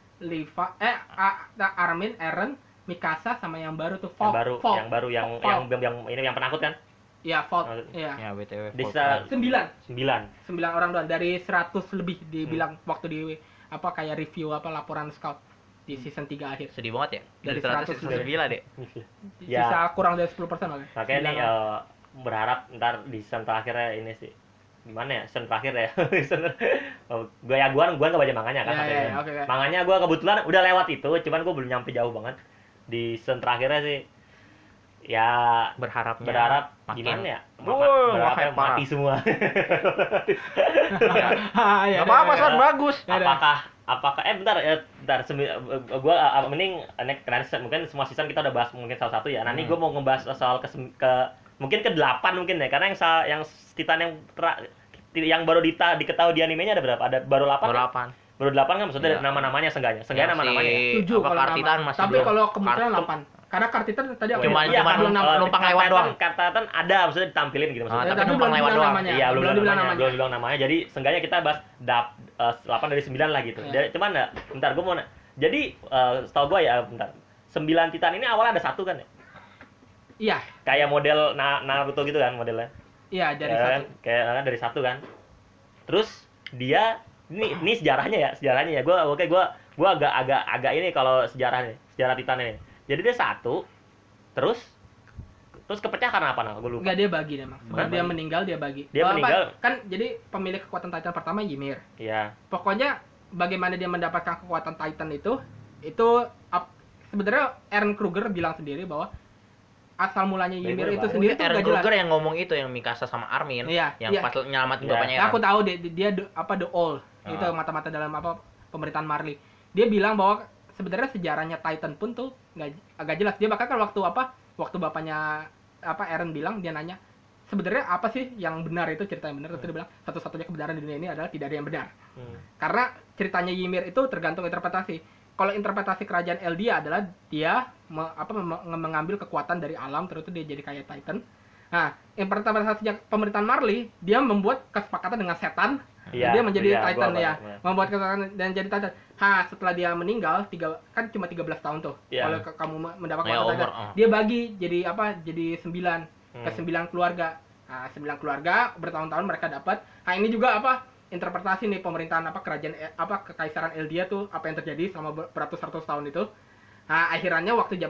Armin, Eren, Mikasa sama yang baru tuh Volt. Yang baru yang penakut kan? Iya, Volt. Maksud- Iya. Ya, BTW. Bisa 9 orang doang dari 100 lebih dibilang waktu di kayak review laporan scout di season 3 akhir. Sedih banget ya. Dari 100 gila deh. Ya. Sisa kurang dari 10% makanya. Makanya nih berharap ntar di season terakhirnya ini sih gimana ya, season terakhir ya. Gua nggak baca manganya kan. Ya, oke. Manganya gua kebetulan udah lewat itu, cuman gua belum nyampe jauh banget. Di season terakhirnya sih ya Berharap gimana ya? Makin Mati semua. Gak apa-apa, San, bagus. Apakah bentar gua mending next mungkin semua season kita udah bahas mungkin salah satu ya. Nanti gua mau ngebahas soal mungkin ke-8 mungkin ya. Karena yang Titan yang baru diketahui di animenya ada berapa? Ada baru 8. Baru 8 kan maksudnya Iya. nama-namanya seenggaknya. Seenggaknya nama-namanya. 7 kalau Kartitan nama. masih Tapi belum. kalau kemungkinan 8. Karena Kartitan tadi aku Cuma belum nama. numpang lewat doang. Kartitan ada maksudnya ditampilin gitu maksudnya. Tapi numpang lewat doang. namanya. Iya, belum dibilang namanya. Belum dibilang namanya. Jadi seenggaknya kita bahas 8 dari 9 lah gitu. Iya. Cuman bentar gua mau jadi setahu gua ya bentar. 9 Titan ini awalnya ada satu kan ya? Iya. Kayak model Naruto gitu kan modelnya. Iya, dari Ya kan? satu. Kayak dari satu kan. Terus dia ini sejarahnya ya. Gua agak ini kalau sejarah Titan ini. Jadi dia satu terus kepecah karena apa? Gua lupa. Enggak, dia bagi memang. Hah? Dia meninggal, dia bagi. Dia meninggal. Kan jadi pemilik kekuatan Titan pertama Ymir. Iya. Pokoknya bagaimana dia mendapatkan kekuatan Titan itu sebenarnya Eren Kruger bilang sendiri bahwa asal mulanya Ymir itu sendiri tuh Eren enggak jelas. Kruger yang ngomong itu, yang Mikasa sama Armin, Iya, yang iya. pas nyelamatin Iya. bapaknya Ya, Eren. aku tahu dia the all itu mata-mata dalam pemerintahan Marley. Dia bilang bahwa sebenarnya sejarahnya Titan pun tuh agak jelas. Dia bahkan kan waktu bapaknya Eren bilang, dia nanya sebenarnya apa sih yang benar itu cerita yang benar. Terus dia bilang satu-satunya kebenaran di dunia ini adalah tidak ada yang benar. Karena ceritanya Ymir itu tergantung interpretasi. Kalau interpretasi kerajaan Eldia adalah dia mengambil kekuatan dari alam terus itu dia jadi kayak Titan. Nah, interpretasinya pemerintahan Marley, dia membuat kesepakatan dengan setan. Dia menjadi Titan ya. Membuat kesepakatan dan jadi Titan. Setelah dia meninggal, kan cuma 13 tahun tuh. Kalau kamu mendapat kekuatan Titan, dia bagi jadi Jadi 9 ke 9 keluarga. 9 keluarga bertahun-tahun mereka dapat. Ini juga interpretasi nih pemerintahan kerajaan kekaisaran Eldia tuh apa yang terjadi selama beratus-ratus tahun itu. Akhirnya waktu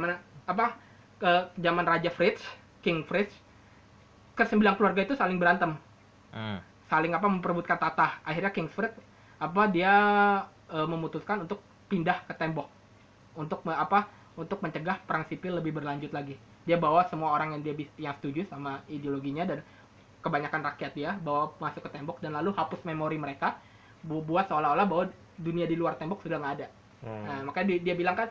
zaman Raja Fritz, King Fritz, ke 9 keluarga itu saling berantem. Saling memperebutkan tahta. Akhirnya King Fritz dia memutuskan untuk pindah ke tembok untuk mencegah perang sipil lebih berlanjut lagi. Dia bawa semua orang yang setuju sama ideologinya dan kebanyakan rakyat dia bawa masuk ke tembok dan lalu hapus memori mereka, buat seolah-olah bahwa dunia di luar tembok sudah nggak ada. Makanya dia bilang kan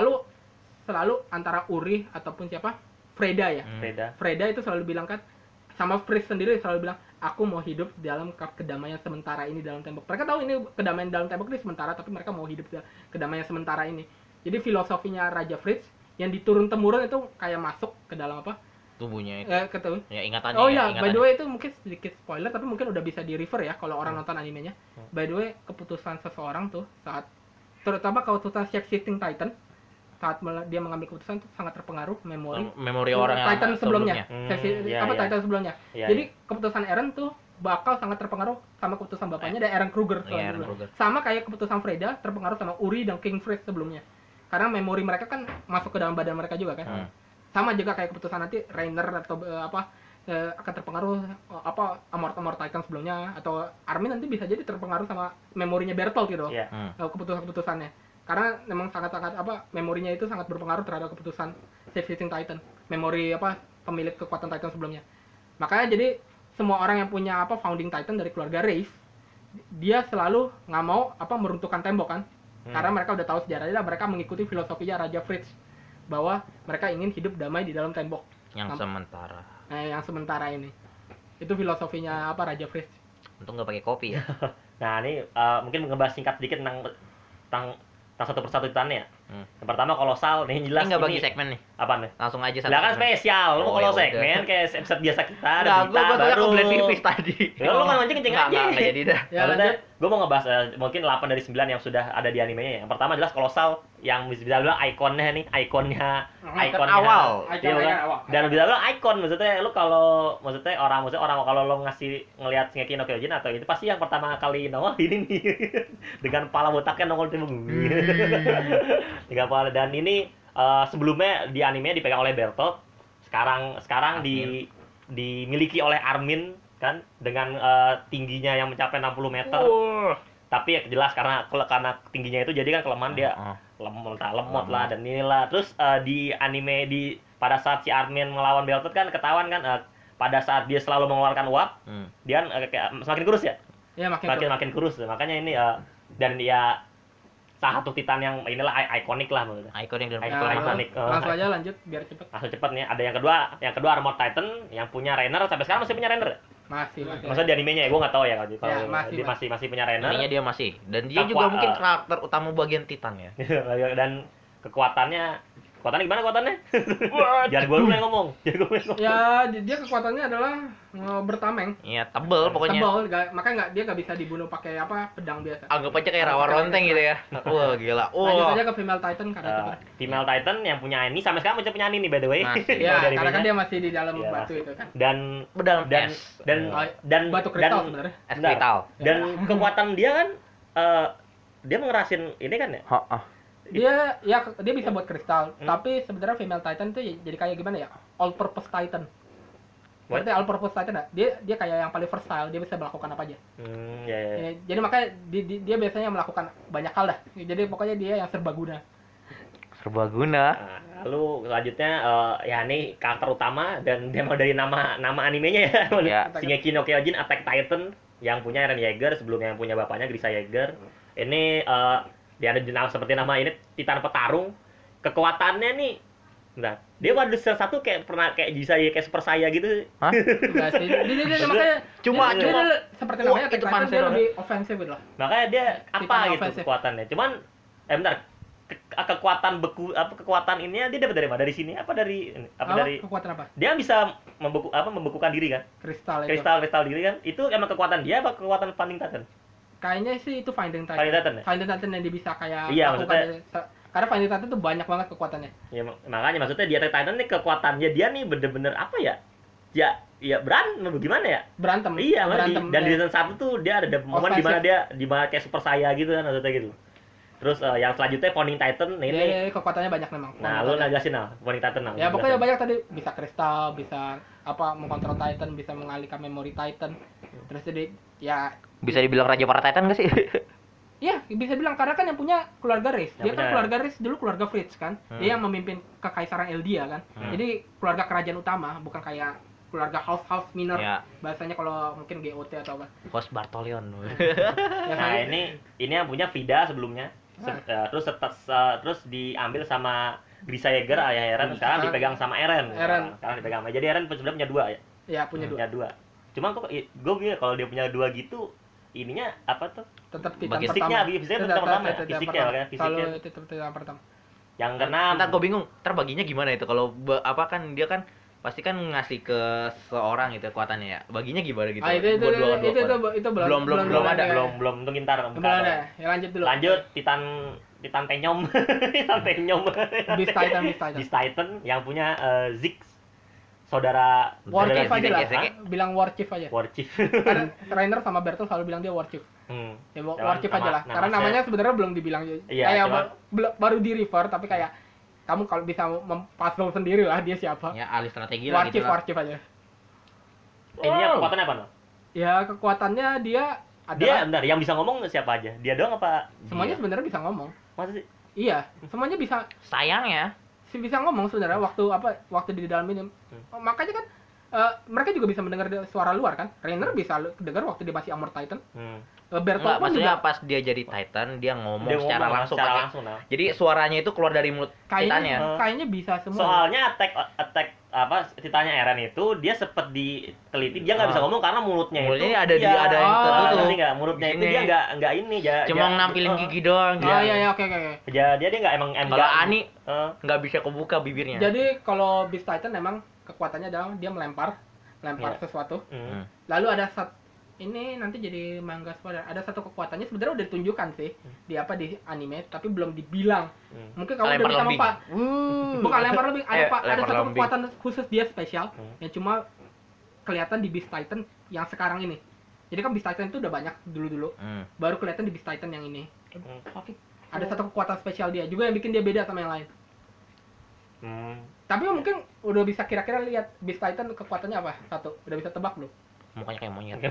selalu antara Uri ataupun Freda ya. Freda itu selalu bilang kan, sama Fritz sendiri selalu bilang, aku mau hidup dalam kedamaian sementara ini dalam tembok. Mereka tahu ini kedamaian dalam tembok ini sementara, tapi mereka mau hidup dalam kedamaian sementara ini. Jadi filosofinya Raja Fritz yang diturun-temurun itu kayak masuk ke dalam tubuhnya itu. Ya ingatannya. By the way itu mungkin sedikit spoiler tapi mungkin udah bisa di-refer ya kalau orang nonton animenya. By the way, keputusan seseorang tuh terutama keputusan shape-shifting Titan saat dia mengambil keputusan itu sangat terpengaruh memori orang Titan sebelumnya. Titan sebelumnya. Jadi Iya. keputusan Eren tuh bakal sangat terpengaruh sama keputusan bapaknya dan Eren Kruger. Sama kayak keputusan Freda terpengaruh sama Uri dan King Fritz sebelumnya. Karena memori mereka kan masuk ke dalam badan mereka juga kan. Sama juga kayak keputusan nanti Rainer atau akan terpengaruh Amor Titan sebelumnya, atau Armin nanti bisa jadi terpengaruh sama memorinya Bertolt gitu. Keputusan-keputusannya. Karena memang sangat-sangat memorinya itu sangat berpengaruh terhadap keputusan Shape-Shifting Titan. Memori pemilik kekuatan Titan sebelumnya. Makanya jadi semua orang yang punya Founding Titan dari keluarga Wraith, dia selalu nggak mau meruntuhkan tembok kan. Karena mereka udah tahu sejarahnya, mereka mengikuti filosofinya Raja Fritz bahwa mereka ingin hidup damai di dalam tembok yang sementara. Yang sementara ini. Itu filosofinya Raja Fritz. Untung nggak pakai kopi ya. Nah, ini mungkin ngebahas singkat sedikit tentang satu persatu titannya. Yang pertama kolosal, nih jelas ini nggak bagi segmen nih. Apa nih? Langsung aja satu. Lah kan spesial, lu kalau segmen kayak episode biasa kita ada berita baru. Gua blend pipis tadi. Lu kan kenceng aja. Enggak jadi dah. Ya, lanjut. Gue mau ngebahas mungkin 8 dari 9 yang sudah ada di animenya. Yang pertama jelas kolosal, yang bisa bilang ikonnya Ikon awal. Iya kan? Dan bisa bilang ikon, maksudnya lu orang kalau lo ngelihat Shingeki no Kyojin atau itu pasti yang pertama kali nongol ini nih. Dengan kepala botaknya nongol di bumi. Dengan kepala, dan ini sebelumnya di anime dipegang oleh Bertolt. Sekarang dimiliki oleh Armin kan dengan tingginya yang mencapai 60 meter. Tapi ya jelas karena tingginya itu jadi kan kelemahan dia lemot lah dan inilah. Terus di anime pada saat si Armin melawan Bertolt kan ketahuan kan pada saat dia selalu mengeluarkan uap, dia semakin kurus ya. Iya, makin kurus. Makanya ini dan dia salah satu titan yang inilah ikonik lah menurut. Ikonik dan ikonik. Langsung aja lanjut biar cepet. Langsung cepet nih. Ada yang kedua Armored Titan yang punya Rainer, sampai sekarang masih punya Rainer. Masih. Maksudnya di animenya ya, gue nggak tahu ya kalau Ya, dia masih punya Rainer. Animenya dia masih. Dan dia juga mungkin karakter utama bagian Titan ya. Dan kekuatannya gimana kekuatannya? Jangan gue dulu yang ngomong. Ya, dia kekuatannya adalah bertameng. Iya, tebel pokoknya. Makanya dia nggak bisa dibunuh pakai pedang biasa. Anggap aja kayak rawa ronteng gitu ya. Wah, gila. Lanjut aja ke Female Titan karena itu. Female Titan yang punya ini sampai sekarang masih punya ini by the way. Iya, karena kan dia masih di dalam batu itu kan. Dan batu kristal sebenarnya. Es kristal. Dan kekuatan dia kan dia mengerasin ini kan ya? Dia bisa buat kristal, tapi sebenarnya Female Titan itu jadi kayak gimana ya? All purpose Titan. Berarti all purpose Titan dia kayak yang paling versatile, dia bisa melakukan apa aja. Ya. Jadi makanya dia biasanya melakukan banyak hal dah. Jadi pokoknya dia yang serbaguna. Lalu selanjutnya ya ini karakter utama dan dia mau dari nama animenya ya. Shingeki no Kyojin Attack Titan yang punya Eren Yeager, sebelumnya yang punya bapaknya Grisha Yeager. Ini dia ada seperti nama ini Titan petarung. Kekuatannya nih Nah, dia waduh satu kayak pernah kayak bisa ya kayak super saya gitu. Hah? Enggak sih. Dia makanya Cuma- seperti Wah, namanya itu Attack Titan Panzer. dia lebih ofensif gitu loh. Makanya dia apa Titan gitu offensive. kekuatannya. Cuman bentar. Kekuatan beku apa kekuatan ini dia dapat dari mana? Dari sini apa dari apa dari Kekuatan apa? dia bisa membekukan diri kan? Kristal itu. Kristal diri kan? Itu emang kekuatan dia apa kekuatan Finding Titan? Kayaknya sih itu Finding Titan. Finding Titan ya? Finding Titan yang dia bisa kayak Iya, lakukan maksudnya- karena Finding Titan tuh banyak banget kekuatannya. Ya makanya maksudnya di Attack Titan nih kekuatannya dia nih bener-bener apa ya? Ya berantem gimana ya? Berantem. Iya, berantem. dan di season 1 tuh dia ada momen di mana Offensive. dia di mana kayak super saya gitu kan maksudnya gitu. Terus yang selanjutnya Founding Titan ini. Dia kekuatannya banyak memang. Nah, lu jelasin lah Founding Titan lah. Ya pokoknya Jelasin. banyak tadi, bisa kristal, bisa apa mengontrol Titan, bisa mengalihkan memori Titan. Terus jadi ya Bisa dibilang raja para Titan gak sih? iya bisa bilang karena kan yang punya keluarga Riz. Yang Dia kan punya- keluarga Riz dulu keluarga Fritz kan. Dia yang memimpin kekaisaran Eldia kan. Jadi keluarga kerajaan utama, bukan kayak keluarga house minor. Ya, Bahasanya kalau mungkin GOT atau apa. Host Bartolion. Ya, Nah, kan? ini yang punya Vida sebelumnya. Terus diambil sama Grisa Yeager ayah Eren, sekarang dipegang sama Eren. Eren. Sekarang dipegang. Jadi Eren sebenarnya punya dua ya. Ya punya dua. Punya dua. Cuma kok gue bilang kalau dia punya dua gitu ininya apa tuh? Tetap Titan Bagi pertama. fisiknya tetap pertama ya? Titan Fisiknya pertama. kan, fisiknya. Selalu tetap Titan pertama. Yang keenam. Ntar gue bingung, ntar baginya gimana itu kalau apa kan dia kan pasti kan ngasih ke seorang gitu kekuatannya ya. Baginya gimana gitu? Itu Buat dua orang. Belum ada. belum tunggu ntar. Belum ada. Ya lanjut dulu. Lanjut Titan Penyom. Titan Penyom. Beast Titan, Beast Titan. Beast Titan yang punya Ziggs. Saudara War Chief Ziggs. aja lah. Hah? Bilang War Chief aja. War Chief. Karena Rainer sama Bertel selalu bilang dia War Chief. Ya Jangan War Chief nama- aja lah. nama Karena saya- namanya sebenarnya belum dibilang. Iya, Kayak cuman- baru di refer tapi kayak kamu kalau bisa puzzle sendiri lah dia siapa. Ya alih strategi lah War gitu Chief, lah. War Chief aja. Ininya kekuatannya apa, no? Ya kekuatannya dia Dia adalah bentar, yang bisa ngomong siapa aja? Dia doang apa? semuanya Iya. sebenarnya bisa ngomong. Masa sih? Iya, semuanya bisa Sayang ya. bisa ngomong sebenarnya waktu di dalam ini. Makanya kan mereka juga bisa mendengar suara luar kan. Rainer bisa dengar waktu dia masih Armor Titan. Bertolt Enggak, pun maksudnya juga pas dia jadi Titan dia ngomong Dia secara ngomong langsung secara pakai- langsung, nah. Jadi suaranya itu keluar dari mulut Titannya. kayaknya bisa semua. Soalnya attack apa Titannya Eren itu dia sempet diteliti dia nggak bisa ngomong karena mulutnya itu Mulutnya ada iya, ada yang tertutup. ngerti nggak? Mulutnya Di itu sini. dia nggak ini Cuma nampilin gigi doang. Oh iya oke. dia nggak emang Kalau Ani eh, nggak bisa kebuka bibirnya. Jadi kalau Beast Titan memang kekuatannya adalah dia melempar Iya. sesuatu. mm. Lalu ada ini nanti jadi manga spoiler. Ada satu kekuatannya sebenarnya udah ditunjukkan sih di anime tapi belum dibilang. Mungkin kamu udah Lempar bisa lembing. bukan lempar lebih ada ada lempar satu lembing. kekuatan khusus dia spesial Hmm. yang cuma kelihatan di Beast Titan yang sekarang ini. Jadi kan Beast Titan itu udah banyak dulu baru kelihatan di Beast Titan yang ini. Hmm. Ada satu kekuatan spesial dia juga yang bikin dia beda sama yang lain. Tapi mungkin udah bisa kira-kira lihat Beast Titan kekuatannya apa? Satu, udah bisa tebak belum? Mukanya kayak monyet.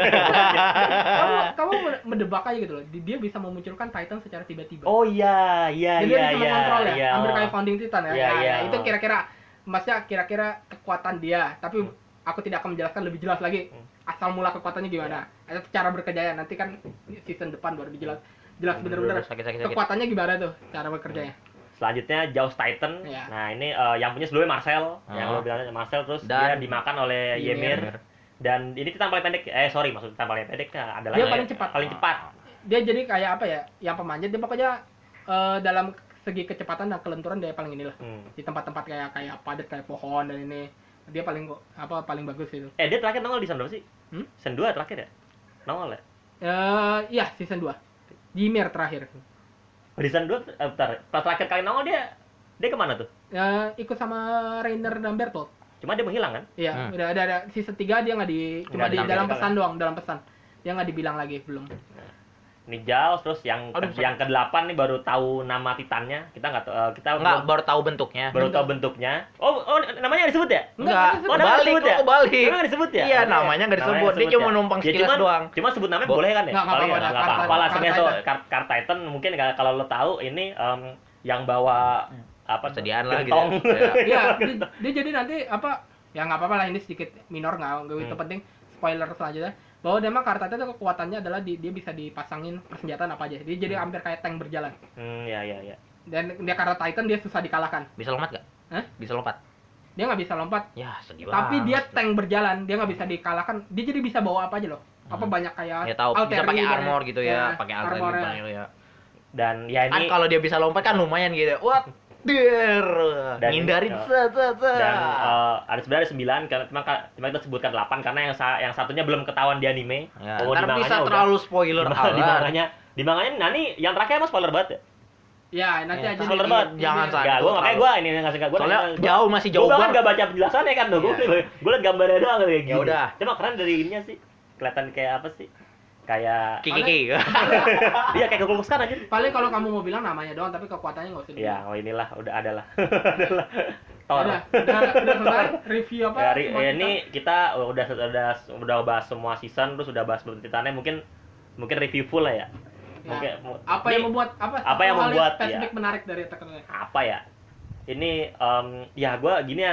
Kamu mendebak aja gitu loh. Dia bisa memunculkan Titan secara tiba-tiba. Oh iya Jadi dia bisa mengontrol ya, iya. hampir kayak Founding Titan ya. Iya, Nah, iya. itu maksudnya kira-kira kekuatan dia. Tapi aku tidak akan menjelaskan lebih jelas lagi asal mula kekuatannya gimana. Ada cara bekerjanya. Nanti kan season depan baru dijelas. Jelas bener-bener Sakit. kekuatannya gimana tuh cara bekerjanya. Selanjutnya Jaws Titan. Iya. Nah, ini yang punya sebelumnya Marcel, yang lo bilangnya Marcel terus dia Dan dimakan oleh Ymir. Dan ini Titan paling pendek. Maksud Titan paling pendek adalah Dia paling cepat. Paling cepat. Dia jadi kayak apa ya? Yang pemanjat dia pokoknya dalam segi kecepatan dan kelenturan dia paling inilah. Di tempat-tempat kayak padat kayak pohon dan ini dia paling paling bagus itu. Dia terakhir nongol di season berapa sih? Season 2 terakhir ya? Nongol ya? Iya, season 2. Di Ymir terakhir. Di season 2 bentar. Pas terakhir kali nongol dia kemana tuh? Ikut sama Rainer dan Bertolt. Cuma dia menghilang kan? Iya, udah ada season 3 dia nggak cuma Nggak di dalam ditampilkan, pesan doang, dalam pesan. Dia nggak dibilang lagi, belum. Ini Jaws terus yang Aduh, yang ke-8 nih baru tahu nama Titannya. Kita nggak tahu kita enggak belum- baru tahu bentuknya. baru tahu bentuknya. Oh, namanya nggak disebut ya? Enggak, Oh, namanya balik disebut ya? kok balik. Namanya nggak disebut ya? Iya, Oke. namanya nggak disebut. Namanya Dia cuma ya? numpang Ya, sekilas doang. Cuma sebut namanya Bo- boleh kan ya? Nggak Paling apa-apa, nggak apa-apa Card lah. Sebenarnya Titan. Card Titan mungkin kalau lo tahu ini yang bawa apa Persediaan lah gitu. gentong. Ya. Iya, dia jadi nanti ya nggak apa-apa lah, ini sedikit minor, nggak itu penting. Spoiler selanjutnya bahwa dia mah Kartata itu kekuatannya adalah dia bisa dipasangin persenjataan apa aja. Dia jadi hampir kayak tank berjalan. Ya. Dan dia karena Titan dia susah dikalahkan. Bisa lompat enggak? Hah? Bisa lompat. Dia nggak bisa lompat. Ya, sedih Tapi banget. dia tank berjalan, dia nggak bisa dikalahkan. Dia jadi bisa bawa apa aja loh. Apa banyak kayak Ya tahu bisa Alteri pakai dan- armor gitu ya, ya, pakai armor armornya. gitu ya. Dan ya Kan ini kalau dia bisa lompat kan lumayan gitu. Wah, der. Dan- Ngindarin ya. set. dan ada sebenarnya 9 karena cuma kita sebutkan 8 karena yang satunya belum ketahuan di anime. Ya, Oh, ntar di bisa manganya terlalu spoiler udah. Di manganya nah nih yang terakhir emang spoiler banget ya. Ya, nanti Ya, aja spoiler di- banget. Jangan ini- sampai. Enggak, makanya gue ini ngasih gue Soalnya jauh, masih jauh Gue bahkan banget. gak baca penjelasannya kan tuh. Gue liat gambarnya doang kayak gini. Ya udah. Cuma keren dari ininya sih. Kelihatan kayak apa sih? Kayak Kiki. iya kayak Goku sekarang aja. Paling kalau kamu mau bilang namanya doang, tapi kekuatannya nggak usah. Ya, oh inilah udah ada lah. Adalah. Thor. Udah selesai review apa? Ya, semua ya kita? ini kita udah bahas semua season terus udah bahas titannya mungkin review full lah ya. Ya, Mungkin apa ini- yang membuat apa satu yang hal membuat, spesifik ya. menarik dari Attack on Titan? apa ya? Ini ya gue gini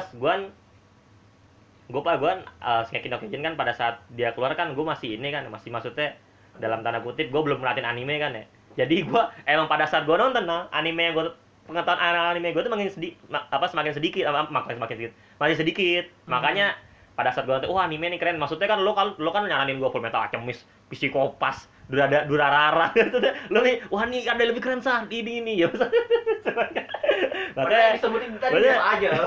gue Shingeki no Kyojin kan pada saat dia keluar kan gue masih ini kan masih maksudnya dalam tanda kutip gue belum ngeliatin anime kan ya. Jadi gue emang pada saat gue nonton anime yang gue pengetahuan anime gue tuh semakin sedikit masih sedikit. Makanya pada saat gue nonton wah anime ini keren. Maksudnya kan lo kan nyaranin gue Full Metal Alchemist, Psikopas, Durarara gitu deh. Lo nih wah nih ada lebih keren saat ini ya. Makanya disebutin tadi Makanya- biasa aja.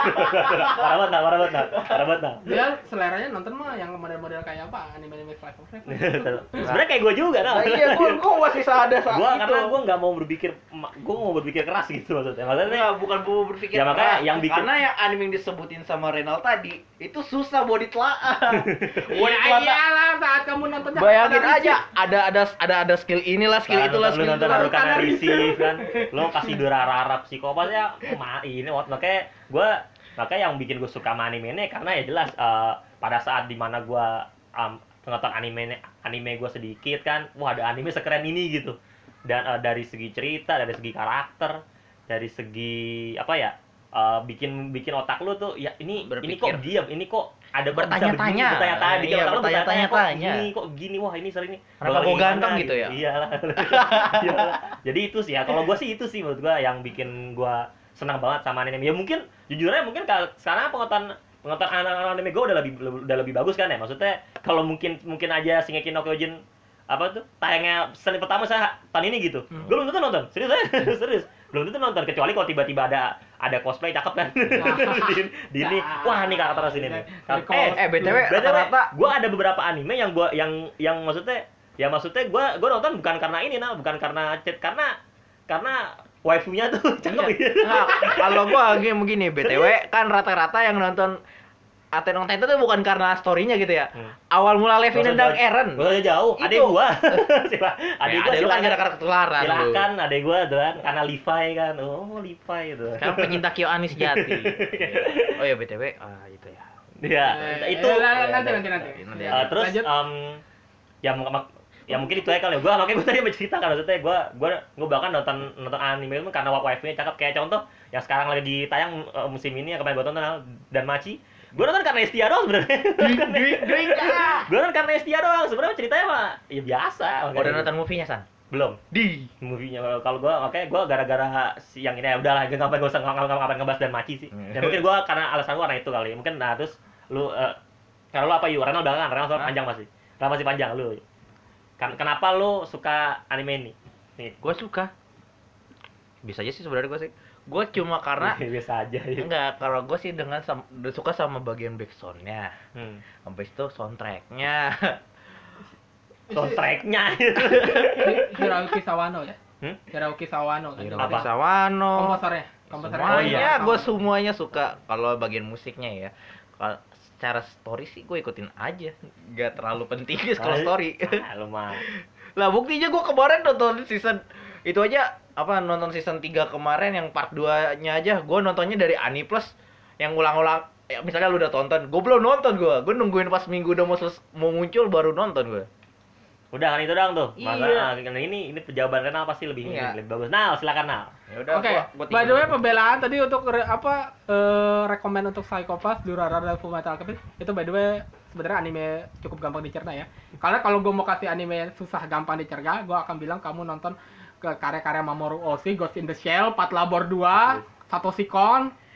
parah banget nah. Dia seleranya nonton mah yang model-model kayak apa? Anime-anime slice of life. Sebenarnya kayak gue juga nah. Nah, iya, gua masih sadar saat Gua itu. karena gue nggak mau berpikir keras gitu maksudnya. Maksudnya Enggak, bukan gua berpikir. Ya, makanya keras. yang bikin- Karena yang anime yang disebutin sama Renal tadi itu susah buat ditelaah. Buat Ya ditelaah. iyalah saat kamu nontonnya. Bayangin pada aja ada skill inilah, skill itulah, lu skill nonton itulah. Haruka Receive kan. Lo kasih Durarara Psikopas ya ini makanya yang bikin gue suka sama anime ini karena ya jelas pada saat dimana gue pengetahuan anime gue sedikit kan, wah ada anime sekeren ini gitu. Dan dari segi cerita, dari segi karakter, dari segi apa ya, bikin otak lu tuh ya ini Berpikir. kok diam, ini kok ada kok bisa Bertanya-tanya. begini, bertanya-tanya, bikin Iya, otak lu bertanya-tanya bertanya-tanya. kok gini, wah ini sering nih. Kenapa Kalau gua gimana ganteng gitu ya? Iyalah. Iyalah. Jadi itu sih ya, kalau gue sih itu sih menurut gue yang bikin gue senang banget sama anime. Ya mungkin jujur aja mungkin sekarang pengetahuan anime gue udah lebih bagus kan ya. Maksudnya kalau mungkin aja Shingeki no Kyojin apa tuh tayangnya Senin pertama saya tahun ini gitu. Gue belum tentu nonton. Serius aja. Serius. Belum tentu nonton kecuali kalau tiba-tiba ada cosplay cakep kan. di ini wah nih karakter sini nih. BTW rata-rata gue ada beberapa anime yang gue yang maksudnya gue nonton bukan karena ini bukan karena karena waifunya tuh cakep gitu. Nah, kalau gua begini, BTW kan rata-rata yang nonton Attack on Titan itu bukan karena story-nya gitu ya. Awal mula Levi nendang Eren. Gua jauh, Itu. adek gua. Adek gua lu kan gara-gara ketularan lu. silakan adek gua tuh kan karena Levi kan. Oh, Levi itu. Sekarang pencinta Kyoani sejati. Oh ya BTW, itu ya. Iya, itu. Nanti. Terus Lanjut. ya mungkin itu ya kali ya. Makanya gue tadi mau cerita kan maksudnya gue bahkan nonton anime itu karena waifunya cakep. Kayak contoh yang sekarang lagi tayang musim ini yang kemarin gue tonton dan Machi. Gue nonton karena Estia doang sebenarnya. Gue nonton karena Estia doang. Sebenarnya ceritanya mah ya biasa. Udah nonton movie-nya, San? Belum. Di Movie-nya kalau gue makanya gue gara-gara si yang ini ya udahlah ngapain gue usah ngapain ngebahas dan Machi sih. Ya mungkin gue karena alasan gue karena itu kali. Mungkin nah terus lu kalau lu apa yuk? Renal udah kan? Renal soal panjang masih. Renal masih panjang lu. Kenapa lu suka anime ini? Nih, gua suka. Bisa aja sih sebenarnya gua sih. Gua cuma karena biasa aja ya. enggak, kalau gua sih suka sama bagian backsound-nya. Habis itu soundtrack-nya. Soundtrack-nya. Hiroyuki Sawano ya? Hiroyuki Sawano kan? Hiroyuki Sawano. Komposernya. Semuanya, Oh, iya. gue semuanya suka. Kalau bagian musiknya ya, kalau secara story sih gue ikutin aja, nggak terlalu penting guys kalau story. Lu mah. Lah buktinya gue kemarin nonton season itu aja, nonton season 3 kemarin yang part 2-nya aja, gue nontonnya dari Aniplus yang ulang-ulang. Ya, misalnya lu udah tonton, gue belum nonton gue nungguin pas minggu udah mau muncul baru nonton gue. Udah kan itu doang tuh. Iya. Masa ini jawaban Renal pasti lebih Iya. bagus. Nah, silakan Nal. Ya udah. Oke, by the way pembelaan tadi untuk rekomend untuk Psychopath, Durarara dan Fullmetal Alchemist itu by the way sebenarnya anime cukup gampang dicerna ya. Karena kalau gue mau kasih anime yang susah gampang dicerna, gue akan bilang kamu nonton ke karya-karya Mamoru Oshii, Ghost in the Shell, Patlabor 2, Satoshi Kon,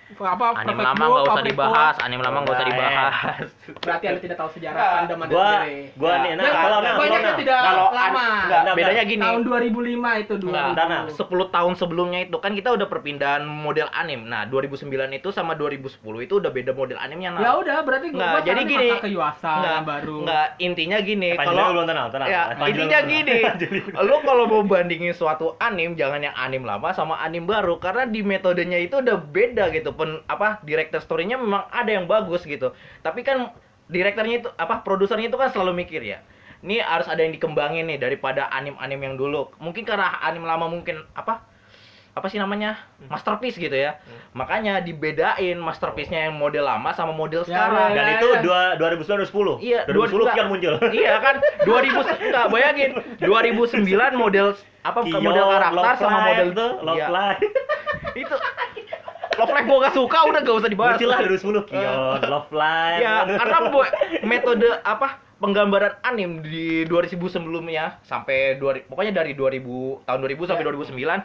Anime Perfect lama Blue, nggak usah Paprika. dibahas, anime lama nggak usah dibahas. Berarti Anda tidak tahu sejarah fandom Anda Gua sendiri. nih, nah, kalau banyaknya tidak Kalau lama. enggak, Enggak, bedanya gini. Tahun 2005 itu Enggak, 2000. 10 tahun sebelumnya itu kan kita udah perpindahan model anime. Nah, 2009 itu sama 2010 itu udah beda model animenya. Nah. Ya udah, berarti Nggak, gua jadi saran gini. Masa ke Yuasa yang baru. Enggak, intinya gini, Panji kalau belum tenang. ya, intinya gini. Lu kalau mau bandingin suatu anime, jangan yang anime lama sama anime baru karena di metodenya itu udah beda gitu. Director story-nya memang ada yang bagus gitu. Tapi kan direkturnya itu produsernya itu kan selalu mikir ya. Ini harus ada yang dikembangin nih daripada anime-anime yang dulu. Mungkin karena anime lama mungkin apa sih namanya? Masterpiece gitu ya. Makanya dibedain masterpiece-nya yang model lama sama model sekarang. Dan itu 2010. Iya, 2010 enggak. kan muncul. Iya kan? 2000 enggak bayangin. 2009 model Kion, model karakter Love sama Live model tuh, Love Iya. Live. Itu Love Live gua gak suka, udah gak usah dibahas. Muncul lah 2010 Kion, Love Live. Ya, karena metode penggambaran anime di 2000 sebelumnya sampai pokoknya dari 2000 tahun 2000 sampai 2009,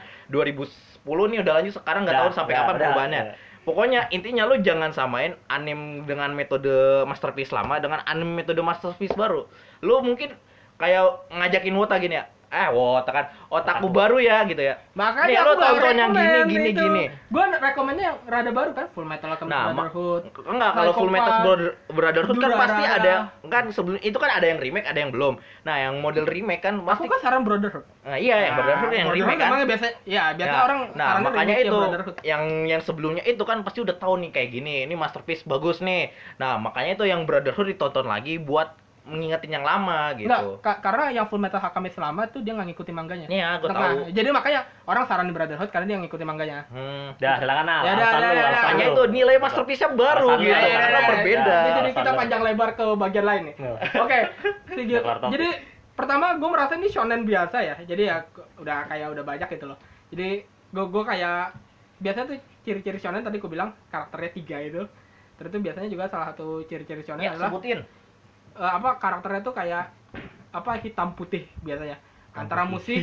2010 nih udah lanjut sekarang nggak tahu sampai kapan perubahannya. Pokoknya intinya lu jangan samain anime dengan metode masterpiece lama dengan anime metode masterpiece baru. Lu mungkin kayak ngajakin Wota gini ya. Wota kan otakku baru ya gitu ya. Makanya Nih, aku lu tonton yang gini. Gua rekomennya yang rada baru kan, Full Metal Alchemist Brotherhood. Enggak, kalau Full Metal Brotherhood kan Durarara. pasti ada kan sebelum itu kan ada yang remake, ada yang belum. Nah, yang model remake kan Aku pasti kan saran Brotherhood. Nah, iya yang Brotherhood yang remake kan. Emang biasa Ya, orang nah sarannya makanya remake itu Brotherhood. yang sebelumnya itu kan pasti udah tahu nih kayak gini, ini masterpiece bagus nih. Nah, makanya itu yang Brotherhood ditonton lagi buat mengingetin yang lama gitu. Enggak, karena yang Full Metal Alchemist lama tuh dia nggak ngikutin mangganya. Iya, aku Nah, tahu. jadi makanya orang saran di Brotherhood karena dia ngikutin mangganya. Dah, silakan Al. Ya, Alasan lu, alasan Makanya lu. itu nilai masterpiece-nya baru Alasan lu, gitu, alasan karena lu. berbeda. Ya. Jadi alasan kita lu. panjang lebar ke bagian lain nih. Oke. Keluar topik. Jadi pertama gue merasa ini shonen biasa ya. Jadi ya udah banyak gitu loh. Jadi gue kayak biasa tuh ciri-ciri shonen tadi gue bilang karakternya 3 itu. Terus itu biasanya juga salah satu ciri-ciri shonen Ya, adalah sebutin. karakternya tuh kayak hitam putih biasanya. Antara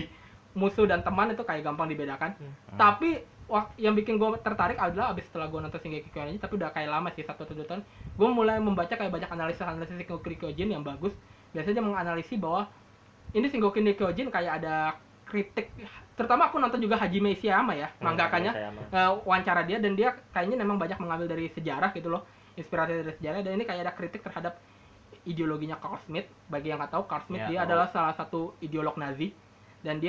musuh dan teman itu kayak gampang dibedakan. Tapi yang bikin gue tertarik adalah abis setelah gue nonton Shingeki no Kyojin, tapi udah kayak lama sih 1-2 tahun, gue mulai membaca kayak banyak analisis Shingeki no Kyojin yang bagus. Biasanya dia menganalisis bahwa ini Shingeki no Kyojin kayak ada kritik, terutama aku nonton juga Hajime Isayama ya, mangakanya, wawancara dia, dan dia kayaknya memang banyak mengambil dari sejarah gitu loh, inspirasi dari sejarah, dan ini kayak ada kritik terhadap ideologinya Carl Smith. Bagi yang nggak tahu, Carl Smith dia adalah salah satu ideolog Nazi, dan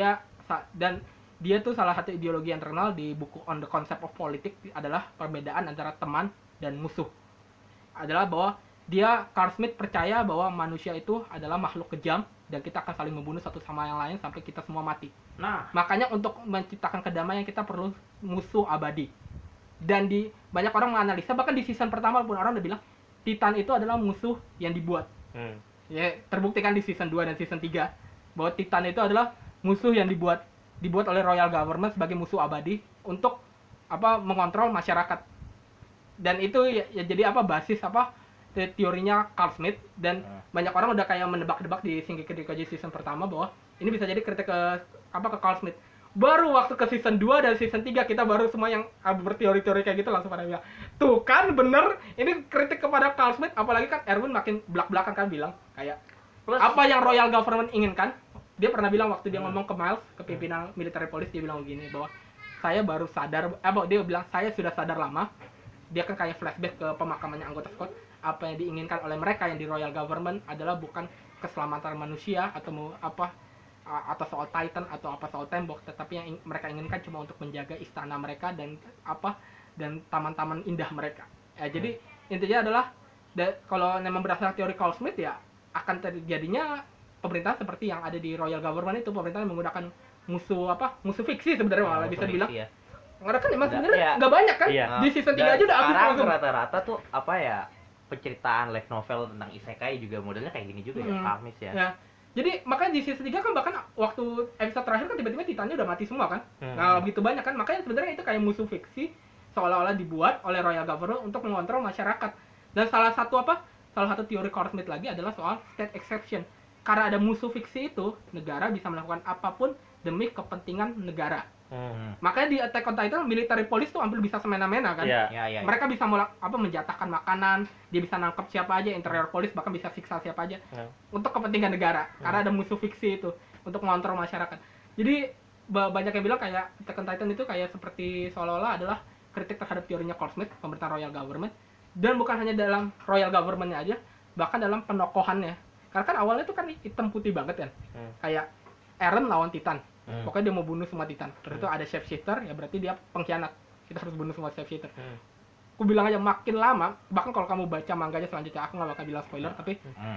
dia tuh salah satu ideologi yang terkenal di buku On the Concept of Politics adalah perbedaan antara teman dan musuh. Adalah bahwa Carl Smith percaya bahwa manusia itu adalah makhluk kejam dan kita akan saling membunuh satu sama yang lain sampai kita semua mati. Nah, Makanya untuk menciptakan kedamaian kita perlu musuh abadi. Dan banyak orang menganalisa, bahkan di season pertama pun orang udah bilang Titan itu adalah musuh yang dibuat. Ya, terbuktikan di season 2 dan season 3 bahwa Titan itu adalah musuh yang dibuat oleh Royal Government sebagai musuh abadi untuk mengontrol masyarakat. Dan itu ya jadi basis teorinya Carl Smith, dan banyak orang udah kayak menebak-nebak di Shingeki no Kyojin season pertama bahwa ini bisa jadi kritik ke Carl Smith. Baru waktu ke season 2 dan season 3 kita baru semua yang berteori-teori kayak gitu langsung pada bilang, tuh kan bener, ini kritik kepada Carl Smith. Apalagi kan Erwin makin belak-belakan kan bilang kayak apa yang Royal Government inginkan. Dia pernah bilang waktu dia ngomong ke Miles, ke pimpinan military police, dia bilang begini bahwa saya baru sadar, dia bilang saya sudah sadar lama. Dia kan kayak flashback ke pemakamannya anggota Scott. Apa yang diinginkan oleh mereka yang di Royal Government adalah bukan keselamatan manusia atau atau soal Titan atau soal tembok, tetapi yang mereka inginkan cuma untuk menjaga istana mereka dan taman-taman indah mereka. Jadi intinya adalah kalau memang berdasarkan teori Carl Smith ya akan terjadinya pemerintah seperti yang ada di Royal Government itu, pemerintah menggunakan musuh fiksi sebenarnya, malah bisa dibilang. Ya. Karena kan emang sebenarnya nggak banyak kan. Iya. Di season 3 aja udah habis sekarang langsung. rata-rata tuh penceritaan light novel tentang isekai juga modelnya kayak gini juga ya, Kamis ya. Ya. Jadi makanya di season 3 kan bahkan waktu episode terakhir kan tiba-tiba Titannya udah mati semua kan. Nah, begitu banyak kan. Makanya sebenarnya itu kayak musuh fiksi seolah-olah dibuat oleh Royal Government untuk mengontrol masyarakat. Dan salah satu teori Carl Smith lagi adalah soal state exception. Karena ada musuh fiksi itu, negara bisa melakukan apapun demi kepentingan negara. Makanya di Attack on Titan military police tuh hampir bisa semena-mena kan. Iya. Ya. Mereka bisa menjatahkan makanan, dia bisa nangkep siapa aja, interior police bahkan bisa siksa siapa aja untuk kepentingan negara. Karena ada musuh fiksi itu untuk mengontrol masyarakat. Jadi banyak yang bilang kayak Attack on Titan itu kayak seperti seolah-olah adalah kritik terhadap teorinya Carl Smith, pemerintahan royal government. Dan bukan hanya dalam royal government-nya aja, bahkan dalam penokohannya. Karena kan awalnya itu kan hitam putih banget kan. Kayak Eren lawan Titan. Pokoknya dia mau bunuh semua Titan. Terus itu ada shapeshifter, ya berarti dia pengkhianat. Kita harus bunuh semua shapeshifter. Aku bilang aja makin lama, bahkan kalau kamu baca manganya selanjutnya, aku nggak bakal bilang spoiler, tapi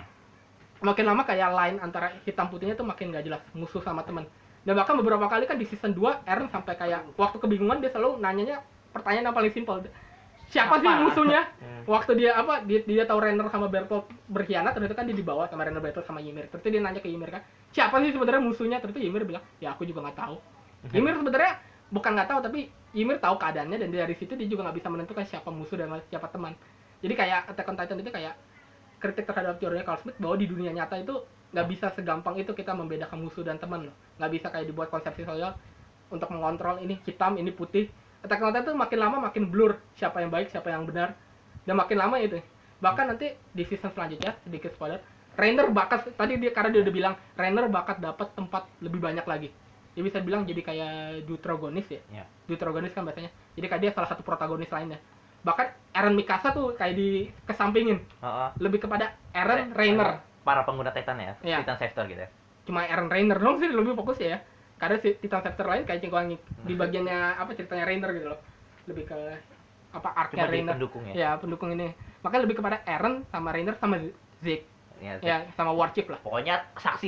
makin lama kayak line antara hitam putihnya tuh makin nggak jelas, musuh sama teman. Dan bahkan beberapa kali kan di season 2, Eren sampai kayak waktu kebingungan dia selalu nanyanya pertanyaan yang paling simpel. Siapa sih musuhnya? Waktu dia dia tahu Rainer sama Bertolt berkhianat, ternyata kan dia dibawa sama Rainer, Bertolt sama Ymir. Terus dia nanya ke Ymir kan, siapa sih sebenarnya musuhnya? Terus Ymir bilang, ya aku juga nggak tahu. Ymir sebenarnya bukan nggak tahu, tapi Ymir tahu keadaannya dan dari situ dia juga nggak bisa menentukan siapa musuh dan siapa teman. Jadi kayak Attack on Titan itu kayak kritik terhadap teorinya Carl Smith bahwa di dunia nyata itu nggak bisa segampang itu kita membedakan musuh dan teman loh. Nggak bisa kayak dibuat konsepsi sosial untuk mengontrol ini hitam, ini putih. Attack on Titan itu makin lama makin blur siapa yang baik, siapa yang benar. Dan makin lama itu. Bahkan nanti di season selanjutnya, sedikit spoiler, Rainer bakat, tadi dia karena dia udah bilang, Rainer bakat dapat tempat lebih banyak lagi. Dia bisa bilang jadi kayak deuteragonis ya. Deuteragonis kan bahasanya. Jadi kayak dia salah satu protagonis lainnya. Bahkan Eren Mikasa tuh kayak dikesampingin. Lebih kepada Eren Rainer. Para pengguna Titan ya, Iya. Titan Scepter gitu ya. Cuma Eren Rainer dong sih lebih fokus ya. Karena si Titan Scepter lain kayak cengkoang di bagiannya ceritanya Rainer gitu loh. Lebih ke arc-nya Cuma di Rainer. pendukung ya. Ya, pendukung ini. Makanya lebih kepada Eren sama Rainer sama Zeke. Ya, sama War Chief lah. Pokoknya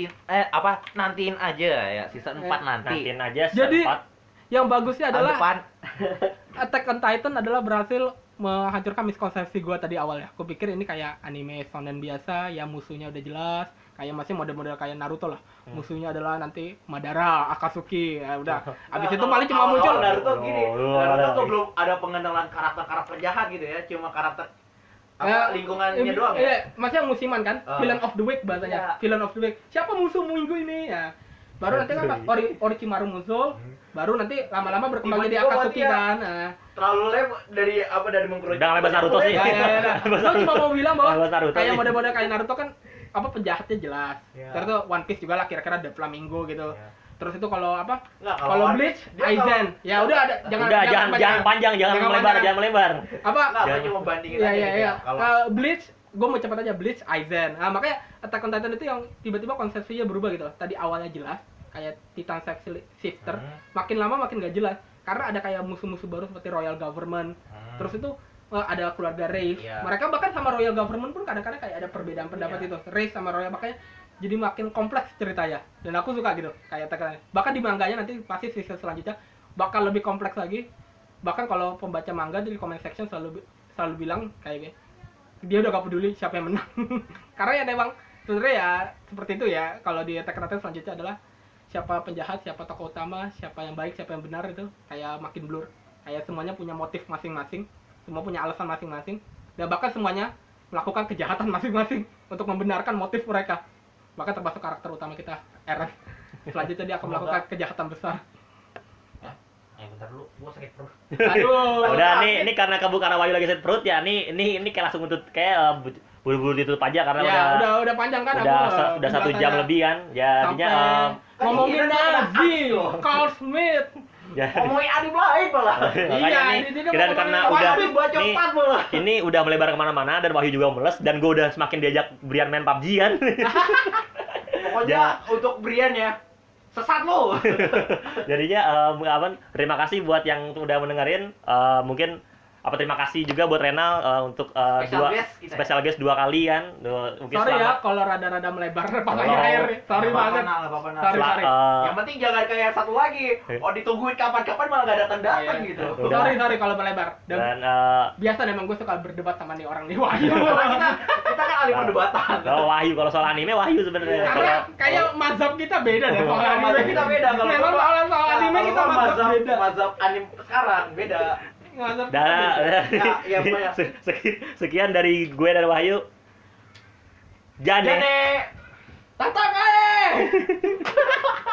nantiin aja ya season 4 nanti. Nantiin aja Jadi sempat. yang bagusnya Tahun adalah depan. Attack on Titan adalah berhasil menghancurkan miskonsepsi gua tadi awal ya. Aku pikir ini kayak anime shonen biasa, ya musuhnya udah jelas, kayak masih model-model kayak Naruto lah. Musuhnya adalah nanti Madara, Akatsuki, ya udah. Abis itu paling cuma muncul Naruto gini. Naruto Naruto tuh belum ada pengenalan karakter jahat gitu ya, cuma karakter lingkungannya doang ya. Iya, maksudnya musiman kan? Villain of the week Iya. bahasanya. Villain of the week. Siapa musuh minggu ini ya? Baru nanti kan Orochimaru muncul, baru nanti lama-lama berkembang jadi Tiba-tiba Akatsuki dia- kan. Terlalu dari mengkerucut. Jangan lebar Naruto sih. Gue cuma mau bilang bahwa Bahas Naruto kayak nih. model-model kayak Naruto kan penjahatnya jelas. Iya. Terus tuh One Piece juga lah kira-kira ada Flamingo gitu. Iya. Terus itu kalau Nggak, kalau One Bleach, Piece, dia Aizen. Ya udah ada Jangan panjang, jangan melebar, panjang. jangan melebar. Apa? Nggak, Jangan. gue cuma bandingin Iya aja iya gitu iya. ya. Kalau Bleach, gue mau cepat aja Bleach, Aizen. Nah, makanya Attack on Titan itu yang tiba-tiba konsepsinya berubah gitu. Tadi awalnya jelas kayak Titan Shifter, makin lama makin gak jelas karena ada kayak musuh-musuh baru seperti Royal Government. Terus itu ada keluarga Race. Iya. Mereka bahkan sama Royal Government pun kadang-kadang kayak ada perbedaan pendapat Iya. itu. Race sama Royal makanya jadi makin kompleks ceritanya. Dan aku suka gitu kayak Attack on Titan. Bahkan di manganya nanti pasti season selanjutnya bakal lebih kompleks lagi. Bahkan kalau pembaca manga di comment section selalu bilang kayak dia udah gak peduli siapa yang menang. Karena ya memang sebenarnya ya seperti itu ya. Kalau di Attack on Titan selanjutnya adalah siapa penjahat, siapa tokoh utama, siapa yang baik, siapa yang benar itu kayak makin blur. Kayak semuanya punya motif masing-masing, semua punya alasan masing-masing, dan bahkan semuanya melakukan kejahatan masing-masing untuk membenarkan motif mereka. Bahkan termasuk karakter utama kita, Eren. Selanjutnya dia akan melakukan kejahatan besar. bentar dulu, gua sakit perut. Aduh. Udah ini karena Wahyu lagi sakit perut ya. Ini kayak langsung untuk kayak buru-buru ditutup aja karena Ya, udah panjang kan udah 1 jam lebih kan. Ya sampai jadinya ngomongin Nazi, loh. Carl Smith. ya. Ngomongin adim lain malah. Makanya nih, ini dia kita ngomongin karena Wahyu udah Habis baca nih, 4 malah. ini udah melebar kemana-mana dan Wahyu juga meles dan gue udah semakin diajak Brian main PUBG kan. Pokoknya untuk Brian ya, sesat lo. Jadinya terima kasih buat yang udah mendengarin. Mungkin terima kasih juga buat Renal untuk special guest 2 kali kan. Mungkin Sorry ya selamat. kalau rada-rada melebar Halo. panjang air nih. Sorry banget. Sorry. Yang penting jangan kayak satu lagi. Oh, ditungguin kapan-kapan malah gak datang-datang Iya. gitu. Udah. Sorry kalau melebar. Dan Biasa memang gue suka berdebat sama nih orang nih Wahyu. Karena kita kan ahli perdebatan. kalau Wahyu kalau soal anime Wahyu sebenarnya. Karena kayak mazhab kita beda deh soal anime. Mazhab kita beda kalau memang soal anime kita mazhab beda. Mazhab anime sekarang beda. Mazhab kita Dan beda. Ya, banyak. sekian dari gue dan Wahyu. Jane. Jane. Tatang